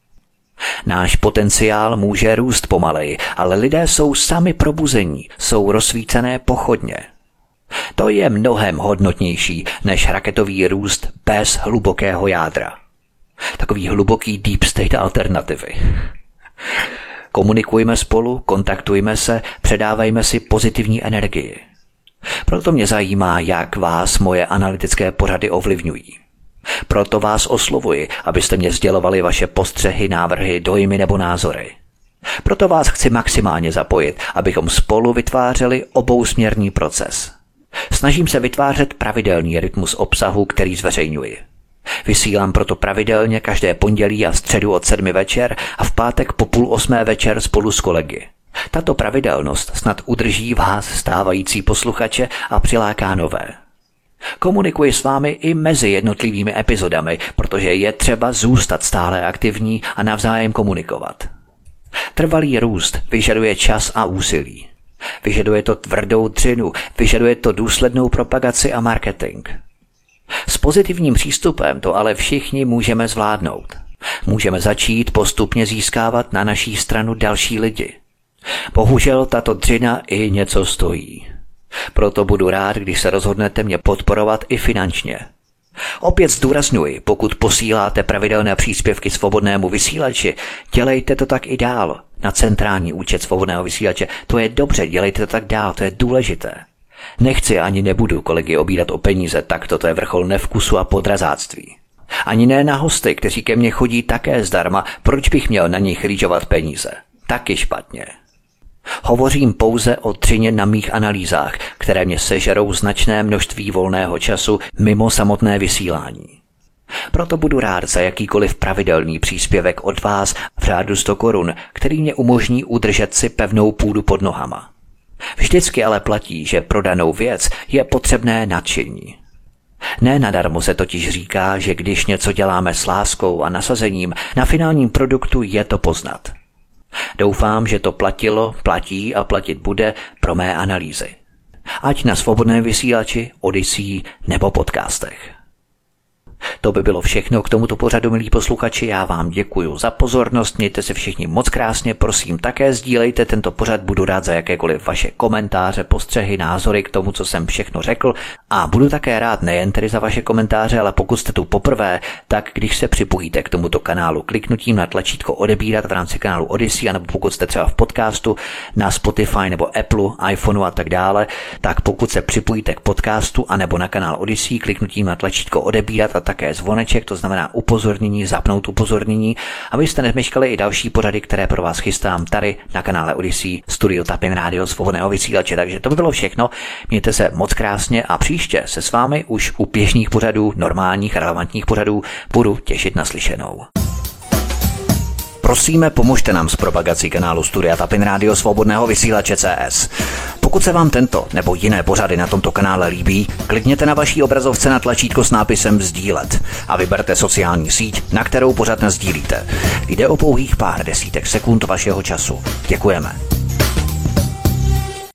Náš potenciál může růst pomaleji, ale lidé jsou sami probuzení, jsou rozsvícené pochodně. To je mnohem hodnotnější než raketový růst bez hlubokého jádra. Takový hluboký deep state alternativy. Komunikujme spolu, kontaktujme se, předávejme si pozitivní energii. Proto mě zajímá, jak vás moje analytické pořady ovlivňují. Proto vás oslovuji, abyste mě sdělovali vaše postřehy, návrhy, dojmy nebo názory. Proto vás chci maximálně zapojit, abychom spolu vytvářeli obousměrný proces. Snažím se vytvářet pravidelný rytmus obsahu, který zveřejňuji. Vysílám proto pravidelně každé pondělí a středu od 7 večer a v pátek po 7:30 večer spolu s kolegy. Tato pravidelnost snad udrží vás stávající posluchače a přiláká nové. Komunikuji s vámi i mezi jednotlivými epizodami, protože je třeba zůstat stále aktivní a navzájem komunikovat. Trvalý růst vyžaduje čas a úsilí. Vyžaduje to tvrdou dřinu, vyžaduje to důslednou propagaci a marketing. S pozitivním přístupem to ale všichni můžeme zvládnout. Můžeme začít postupně získávat na naší stranu další lidi. Bohužel tato dřina i něco stojí. Proto budu rád, když se rozhodnete mě podporovat i finančně. Opět zdůrazňuji, pokud posíláte pravidelné příspěvky Svobodnému vysílači, dělejte to tak i dál. Na centrální účet Svobodného vysílače. To je dobře, dělejte to tak dál, to je důležité. Nechci ani nebudu kolegy obírat o peníze, tak toto je vrchol nevkusu a podrazáctví. Ani ne na hosty, kteří ke mně chodí také zdarma, proč bych měl na nich rýžovat peníze? Taky špatně. Hovořím pouze o dřině na mých analýzách, které mě sežerou značné množství volného času mimo samotné vysílání. Proto budu rád za jakýkoliv pravidelný příspěvek od vás v řádu 100 korun, který mě umožní udržet si pevnou půdu pod nohama. Vždycky ale platí, že pro danou věc je potřebné nadšení. Ne nadarmo se totiž říká, že když něco děláme s láskou a nasazením, na finálním produktu je to poznat. Doufám, že to platilo, platí a platit bude pro mé analýzy. Ať na Svobodném vysílači, Odyssey nebo podcastech. To by bylo všechno k tomuto pořadu, milí posluchači. Já vám děkuji za pozornost, mějte se všichni moc krásně, prosím také sdílejte tento pořad, budu rád za jakékoliv vaše komentáře, postřehy, názory k tomu, co jsem všechno řekl a budu také rád nejen tedy za vaše komentáře, ale pokud jste tu poprvé, tak když se připojíte k tomuto kanálu kliknutím na tlačítko odebírat v rámci kanálu Odyssey, anebo pokud jste třeba v podcastu na Spotify nebo Apple, iPhoneu a tak dále, tak pokud se připojíte k podcastu anebo na kanál Odyssey kliknutím na tlačítko odebírat a také zvoneček, to znamená upozornění, zapnout upozornění, abyste nezmeškali i další pořady, které pro vás chystám tady na kanále Odyssey, Studio Tapin Radio Svobodného vysílače. Takže to by bylo všechno. Mějte se moc krásně a příště se s vámi už u běžných pořadů, normálních, relevantních pořadů budu těšit na slyšenou. Prosíme, pomožte nám s propagací kanálu Studia Tapin Radio Svobodného vysílače CS. Pokud se vám tento nebo jiné pořady na tomto kanále líbí, klikněte na vaší obrazovce na tlačítko s nápisem sdílet a vyberte sociální síť, na kterou pořad nasdílíte. Jde o pouhých pár desítek sekund vašeho času. Děkujeme.